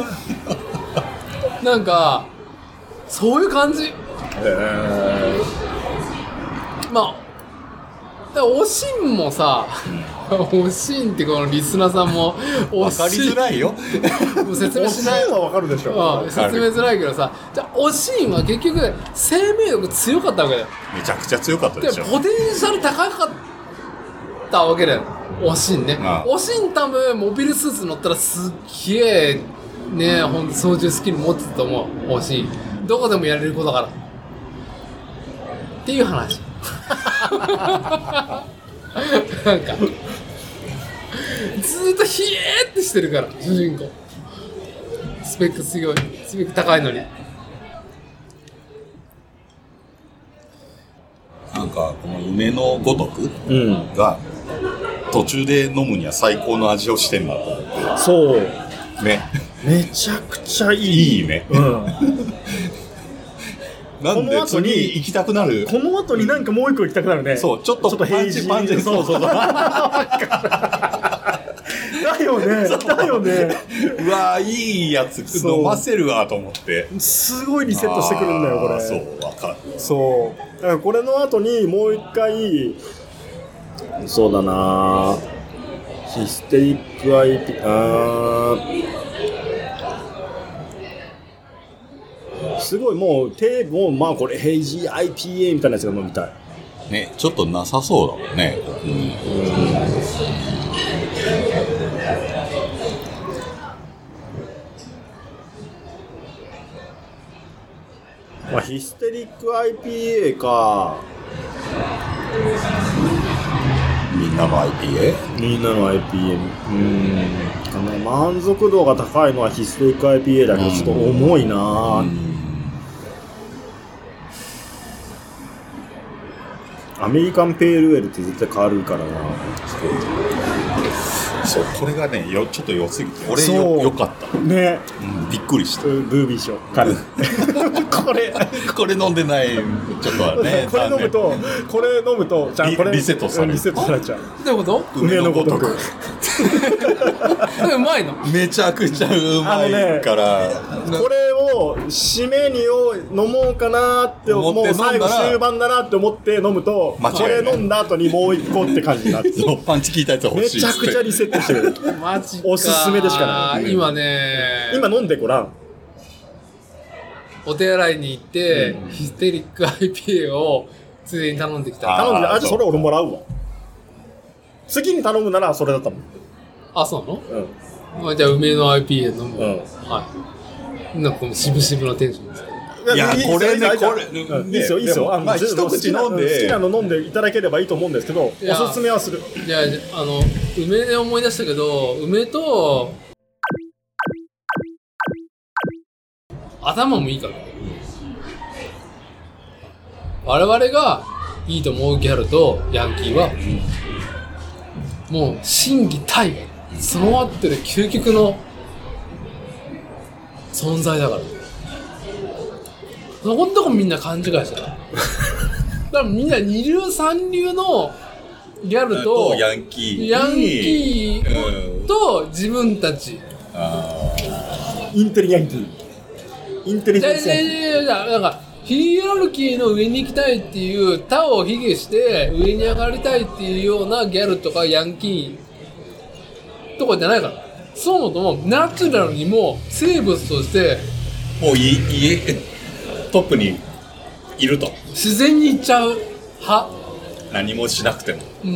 なんかそういう感じまあだからおしんもさ、おしんってこのリスナーさんも分かりづらいよもう説明しないおしんは分かるでしょ、 説明づらいけどさじゃあおしんは結局生命力強かったわけだよめちゃくちゃ強かったでしょポテンシャル高かったわけだよおしんねおしん多分モビルスーツ乗ったらすっげえねほんと操縦スキル持ってたと思うおしんどこでもやれる子だからっていう話なんかずっとヒエーってしてるから主人公スペック強いスペック高いのになんかこの梅のごとくが途中で飲むには最高の味をしてんなと思ってそうねめちゃくちゃいいねなんでこの後に次行きたくなるこの後になんかもう一個行きたくなるねそうちょっとパンチそうだよねだよねうわーいいやつ飲ませるわと思ってすごいリセットしてくるんだよこれそうわかるそうだからこれの後にもう一回そうだなヒステリック IP すごいもうまあこれヘイジー IPA みたいなやつが飲みたいねちょっとなさそうだもんねまあヒステリック IPA かみんなの IPA みんなの IPA 満足度が高いのはヒステリック IPA だけどちょっと重いなアメリカンペールエールって絶対変わるからなそうこれがねちょっと良すぎて俺よかったね、 びっくりしたブービー賞彼これ飲んでないちょっとはねこれ飲むとじゃあこれリセットされちゃうどういうこと梅のごとくうまいのめちゃくちゃうまいから、 これを締めに飲もうかなってもう最後終盤だなって思って飲むとこれ飲んだ後にもう一個って感じになってパンチ効いたやつ欲しいめちゃくちゃリセットしてるマジかおすすめでしかない、 今ね今飲んでごらんお手洗いに行って、ヒステリック IPA をついでに頼んできた頼んでそれ俺もらうわ次に頼むならそれだったもんあそうなの、じゃあ梅の IPA 飲む、はいなんかこの渋々なテンションですけどいやこれねいいですよいいですよまあ一口飲んで好きなの飲んでいただければいいと思うんですけどおすすめはするいや梅で思い出したけど梅と頭もいいから我々がいいと思うギャルとヤンキーはもう心技体が備わってる究極の存在だからそこんとこみんな勘違いしてただからみんな二流三流のギャルとヤンキーと自分たちインテリヤンキーインテリジェンスヤンキーなんかヒエラルキーの上に行きたいっていう他を卑下して上に上がりたいっていうようなギャルとかヤンキーとかじゃないからそうもともナチュラルにも生物としてもうトップにいると自然に行っちゃう派何もしなくても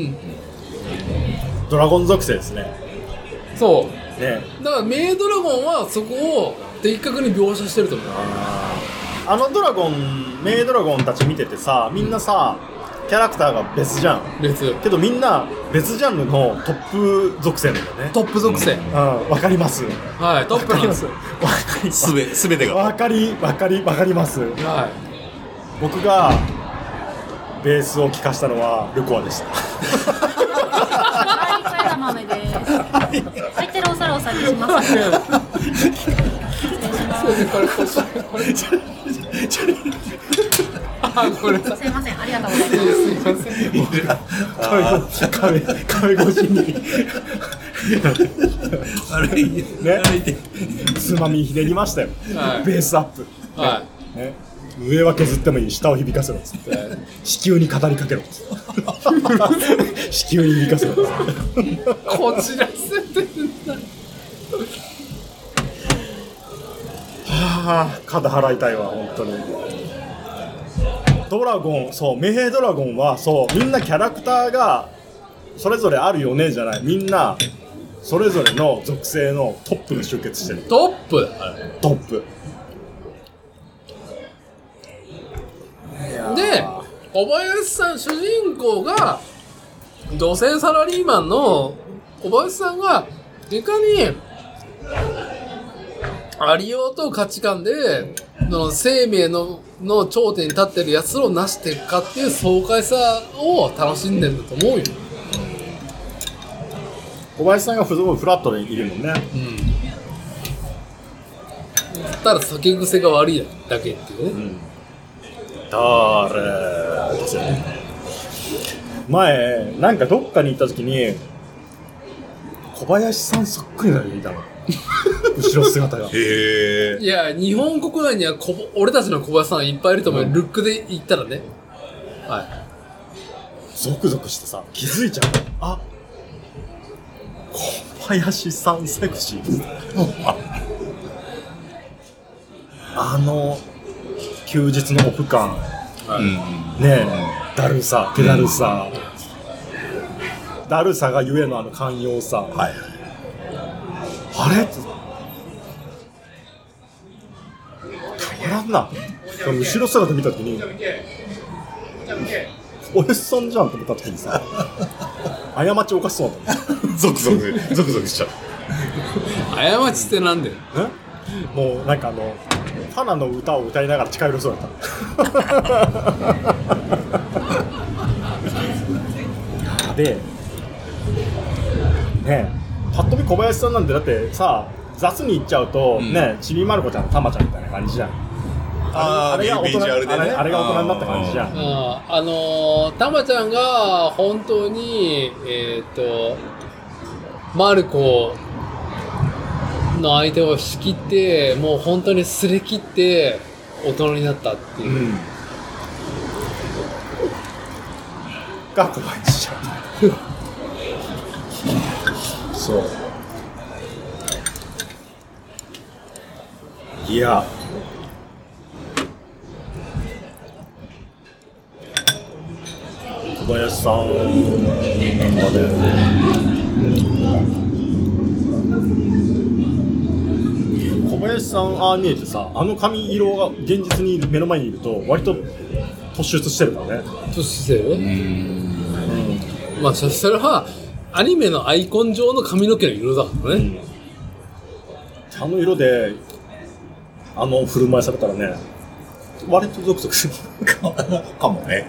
ドラゴン属性ですねそうねだからメイドラゴンはそこを的確に描写してると思うあのドラゴンメイドラゴンたち見ててさ、みんなさキャラクターが別じゃん。 別けどみんな別ジャンルのトップ属性なんだよね。 トップ属性。 わかります。 はい、トップなんです。 わかります。 すべてが。 わかります。 はい。 僕がベースを聴かしたのはルコアでした。 はい、小枝豆です。入ってるお皿お下げします。失礼します。 これすいません、ありがとうございます。 壁越しにね、つまみひねりましたよ。ベースアップ。ね、上は削ってもいい、下を響かせろっつって、子宮に語りかけろっつって、子宮に響かせろっつってこちらせてるんだ。 はぁ、肩払いたいわ本当に。ドラゴン、そうメイドラゴンはそうみんなキャラクターがそれぞれあるよねじゃない、みんなそれぞれの属性のトップが集結してる。 トップだからトップで、小林さん主人公が女性サラリーマンの小林さんがいかにありようと価値観での生命の頂点に立ってるやつを成していくかっていう爽快さを楽しんでるんだと思うよ。 小林さんがすごいフラットでいるもんね。 ただ酒癖が悪いだけっていうね。 誰ですよね。前なんかどっかに行った時に小林さんそっくりなのがいたの。後ろ姿が。 へいや、日本国内には俺たちの小林さんいっぱいいると思うよ。ルックで言ったらね。はい。 ゾクゾクしてさ、気づいちゃう。あ、小林さんセクシーです。休日のオフ感、ねえ、だるさ、手だるさ、だるさがゆえの寛容さ。あれたまらんな。後ろ姿見たときにおやすさんじゃんと思ったときにさ、過ちおかしそうだった。 ゾクゾクしちゃう。 過ちってなんだよ。 もうなんか花の歌を歌いながら近寄りそうだったでねえ、ぱっと見小林さんなんてだってさ、雑に言っちゃうと、ね、ちびまる子ちゃんのたまちゃんみたいな感じじゃん。あれが大人になった感じじゃん。 たまちゃんが本当にまる子の相手を仕切ってもう本当にすれ切って大人になったっていう、 が小林ちゃん。そういや小林さんまで小林さんああ見えてさ、髪色が現実に目の前にいると割と突出してるからね。 突出してる？まあそれはアニメのアイコン上の髪の毛の色だからね。 あの色で振る舞いされたらね、割とゾクゾクするかもね。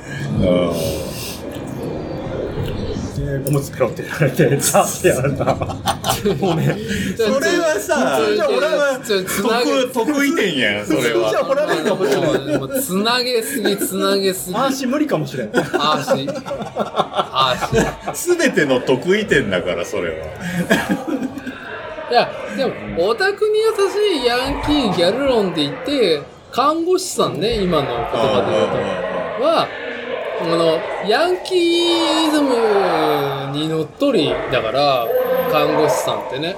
おむつペロってやられて、ザーってやられた。もうね、 それはさ、俺は得意点やん、それは。 じゃあ俺はないかもしれない。 つなげすぎ。 足無理かもしれん。 足。 すべての得意点だから、それは。 いや、でも、オタクに優しいヤンキーギャル論で言って、看護師さんね、今の言葉で言うと。は、ヤンキーイズムにのっとりだから、看護師さんってね。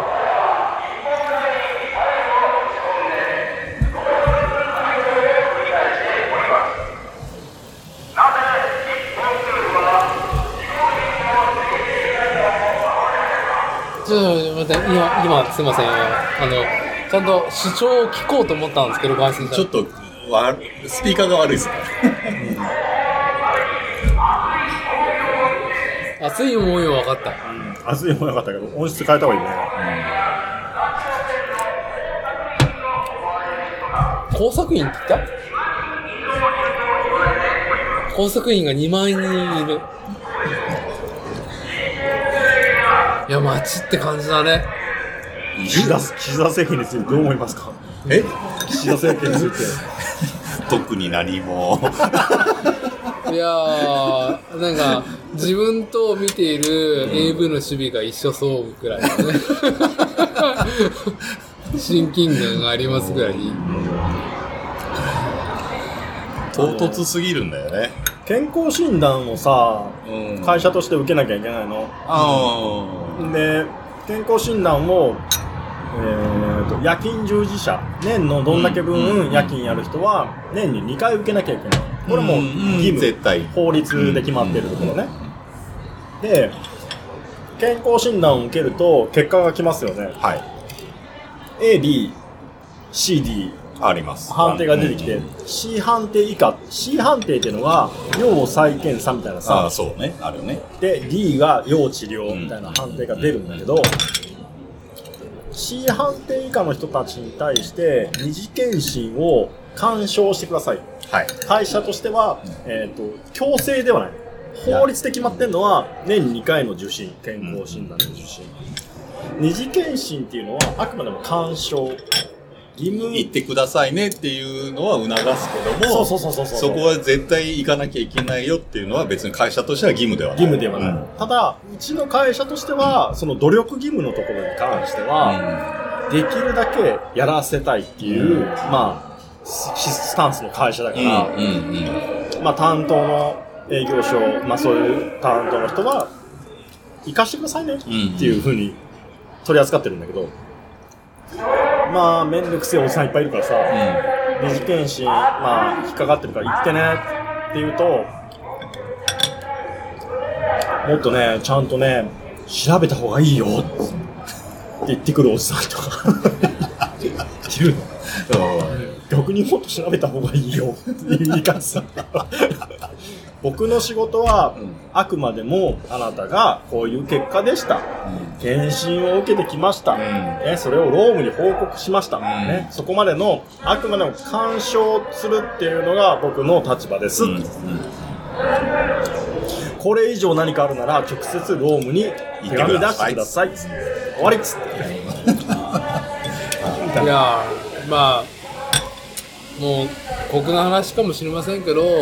ちょっと待って、今すいません。ちゃんと主張を聞こうと思ったんですけど、ご安心ちょっとスピーカーが悪いですね。 熱い思いは分かった。 熱い思いは分かったけど、音質変えた方がいいね。 工作員って言った？工作員が2万人いる。いや、街って感じだね。 岸田政権についてどう思いますか？岸田政権について。 特に何も。 いやー、なんか、自分と見ている AV の守備が一緒そうくらいだね。親近感がありますぐらい。 唐突すぎるんだよね。 健康診断をさ、会社として受けなきゃいけないの。で、健康診断を、夜勤従事者、年のどんだけ分夜勤やる人は年に2回受けなきゃいけない。これも義務、 絶対法律で決まってるところね。で、健康診断を受けると結果が来ますよね。 はい。 A、B、C、D。 あります。 判定が出てきて、C 判定以下、C 判定っていうのが要再検査みたいなさ、 そうね、あるよね。 で D が要治療みたいな判定が出るんだけど、C 判定以下の人たちに対して二次検診を勧奨してください。 はい。 会社としては、強制ではない。法律で決まってるのは年2回の受診、健康診断の受診。二次検診っていうのはあくまでも勧奨。 義務行ってくださいねっていうのは促すけども、そこは絶対行かなきゃいけないよっていうのは別に会社としては義務ではない。 義務ではない。ただ、うちの会社としては、その努力義務のところに関しては、できるだけやらせたいっていう、まあ、スタンスの会社だから、まあ、担当の営業所、まあ、そういう担当の人は、行かしてくださいねっていうふうに取り扱ってるんだけど、まあ、めんどくせえおじさんいっぱいいるからさ、二次検診、まあ、引っかかってるから行ってねって言うと、もっとね、ちゃんとね、調べた方がいいよって言ってくるおじさんとかいるの。逆にもっと調べた方がいいよって言い方さ。僕の仕事は、あくまでもあなたがこういう結果でした。検診を受けてきました。それを労務に報告しました。そこまでの、あくまでも干渉するっていうのが僕の立場です。これ以上何かあるなら、直接労務に手紙出してください。終わりっつって。 いやまあ、もう、酷な話かもしれませんけど、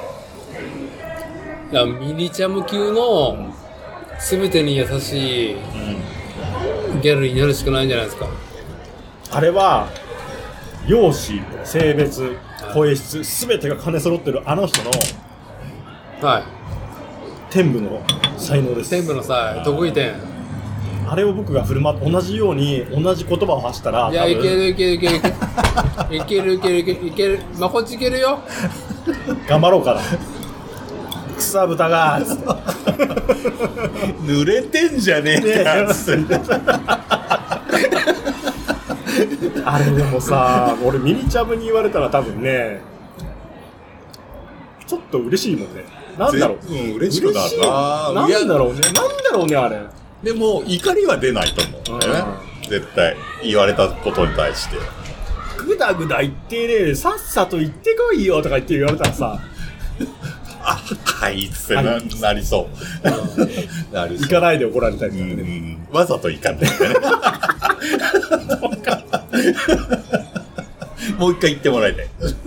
いやミニチャム級の全てに優しいギャルになるしかないんじゃないですか。 あれは容姿、性別、声質全てが兼ね揃ってるあの人の天賦の才能です。 天賦の得意点。 あれを僕が振る舞って同じように同じ言葉を発したら、 いやいけるいけるいけるいけるいけるいけるいけるいける、まあこっちいけるよ。 頑張ろうかな。草豚が濡れてんじゃねえかっつってあれでもさ、俺ミニチャブに言われたら多分ね、ちょっと嬉しいもんね。なんだろう、 嬉しくなるな。 なんだろうね、なんだろうねあれ。 でも怒りは出ないと思うんだよね、絶対言われたことに対して。 ぐだぐだ言ってねえ、さっさと言ってこいよとか言って言われたらさはいっつってなりそう。 なりそう。行かないで怒られたりとかね。 わざと行かないんだね。もう一回言ってもらいたい。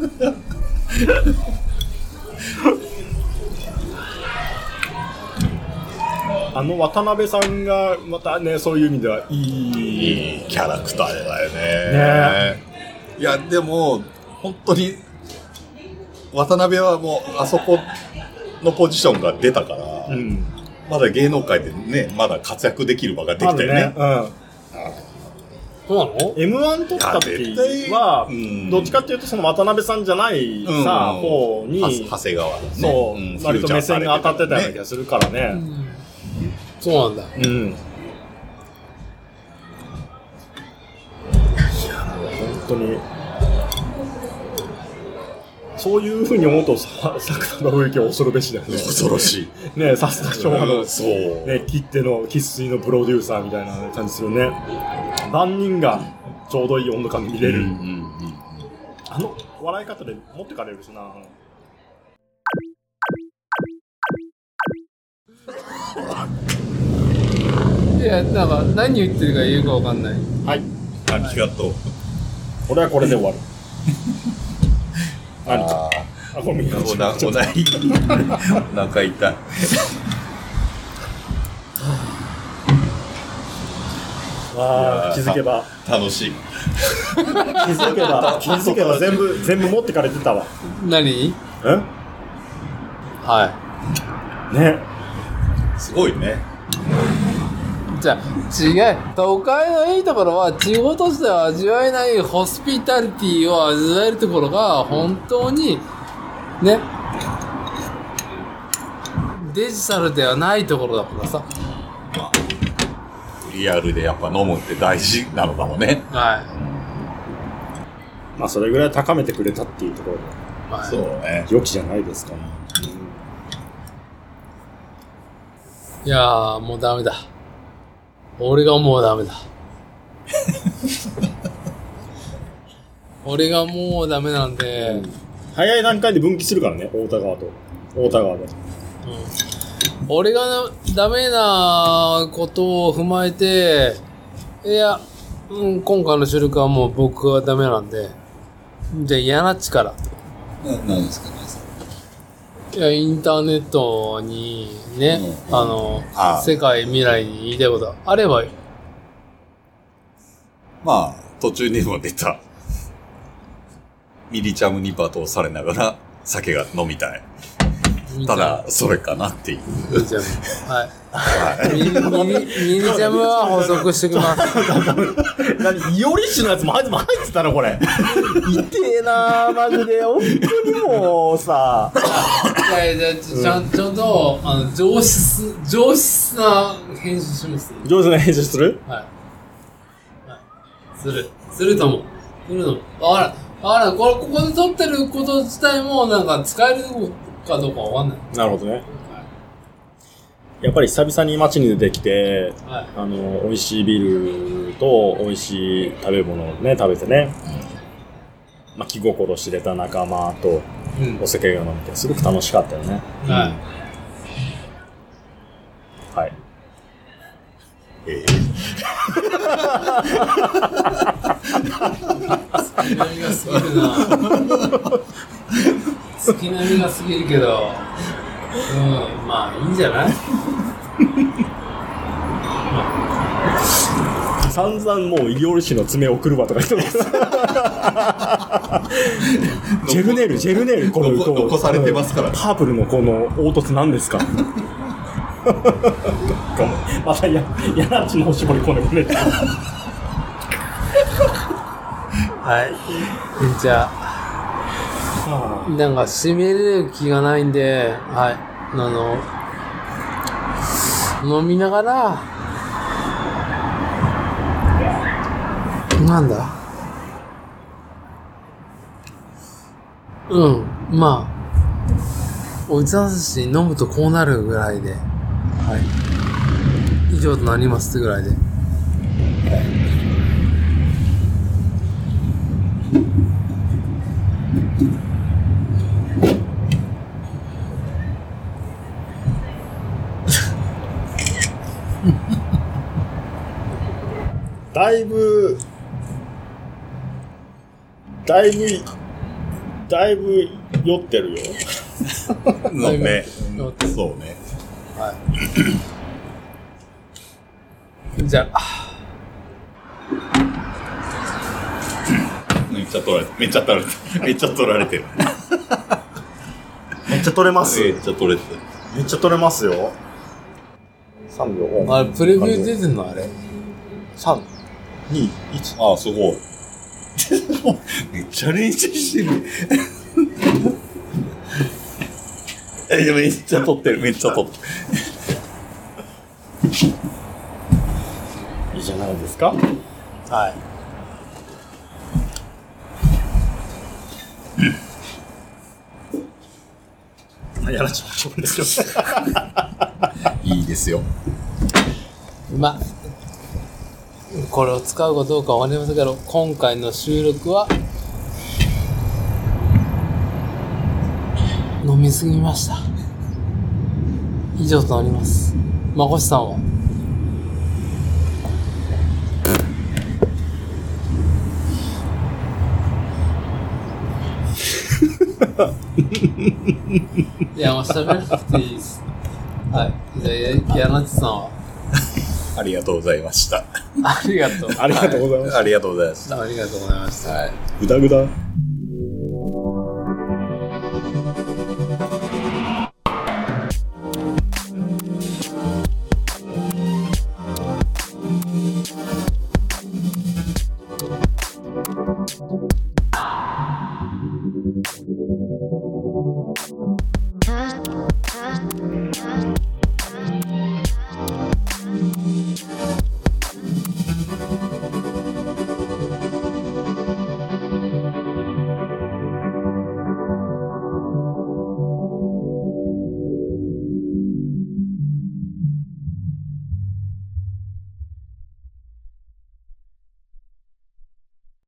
渡辺さんがまたね、そういう意味ではいいキャラクターだよね。いやでも本当に渡辺はもうあそこのポジションが出たから、まだ芸能界でね、まだ活躍できる場ができたよね。 そうなの？ M1 取った時は、どっちかっていうとその渡辺さんじゃないさ、方に長谷川ね、 そう、割と目線が当たってたような気がするからね。 そうなんだ。 いや本当にそういうふうに思うと作田信之は恐るべしだよね。 恐ろしい。 ね、さすが昭和の、 そう。 ね、切手の生粋のプロデューサーみたいな感じするね。万人がちょうどいい温度感で見れる。笑い方で持ってかれるしな。 いや、なんか何言ってるか言うかわかんない。 はい。 ありがとう。 俺はこれで終わる。何か。ごめんなさい。 お腹痛い。 気づけば楽しい。 気づけば全部持ってかれてたわ。 何？はい。 ね。 すごいね。 じゃあ違う。都会のいいところは地方としては味わえないホスピタリティを味わえるところが本当にね、デジタルではないところだからさ。 リアルでやっぱ飲むって大事なのかもね。 はまあそれぐらい高めてくれたっていうところで、 はい、 そうね。 良きじゃないですかね。 いやーもうダメだ。俺がもうダメだ。俺がもうダメなんで、 早い段階で分岐するからね、太田川で。 俺がダメなことを踏まえて、いや、今回の収録はもう僕がダメなんで、じゃあ嫌な力。 何ですかね。 いや、インターネットにね、世界未来に言いたいことあればいい。 まあ、途中にも出た、ミリチャムに罵倒されながら酒が飲みたい。ただ、それかなっていう。 ミリチャム。はい。ミリチャムは補足してきます。 何、イオリッシュのやつも入ってたのこれ。痛えなマジで。本当にもうさ。 いや、ちゃんと、上質な編集します。 上手な編集する？ はい。すると思う。わからん。ここで撮ってること自体もなんか使えるかどうかわかんない。 なるほどね。やっぱり久々に街に出てきて、はい、美味しいビールと美味しい食べ物をね、食べてね、まあ、気心知れた仲間とお酒が飲めて、すごく楽しかったよね。はい。はい。 月並みが過ぎるな。月並みが過ぎるけど、まあいいんじゃない？ 散々もうイオリ氏の爪を送るわとか言ってます。ジェルネイルこの残されてますからね。 パープルのこの凹凸なんですか？またやなちのおしぼりこねくれた。 はい。じゃあ、なんか締めれる気がないんで、はい。飲みながら、なんだ？まあ、おじさんたちに飲むとこうなるぐらいで、はい。以上となりますってぐらいで。 だいぶ酔ってるよ。 そうね。そうね。 はい。じゃあ。 めっちゃ取られてる。めっちゃ取られてる。 めっちゃ取れます。 めっちゃ取れてる。 めっちゃ取れますよ。3秒。 あれ、プレビュー出てんのあれ ?3、2、1。 ああ、すごい。めっちゃ練習してる。めっちゃ撮ってる。いいじゃないですか。 はい。 まあやらちましょうんですよ。 いいですよ。 まあ、これを使うかどうかはわかりませんけど、今回の収録は、飲みすぎました。以上となります。まこしさんは？いや、もう喋らなくていいです。はい。じゃあ、柳地さんは？ ありがとうございました。 ありがとう。 ありがとうございます。 ありがとうございました。 ありがとうございました。 はい。 ぐだぐだ。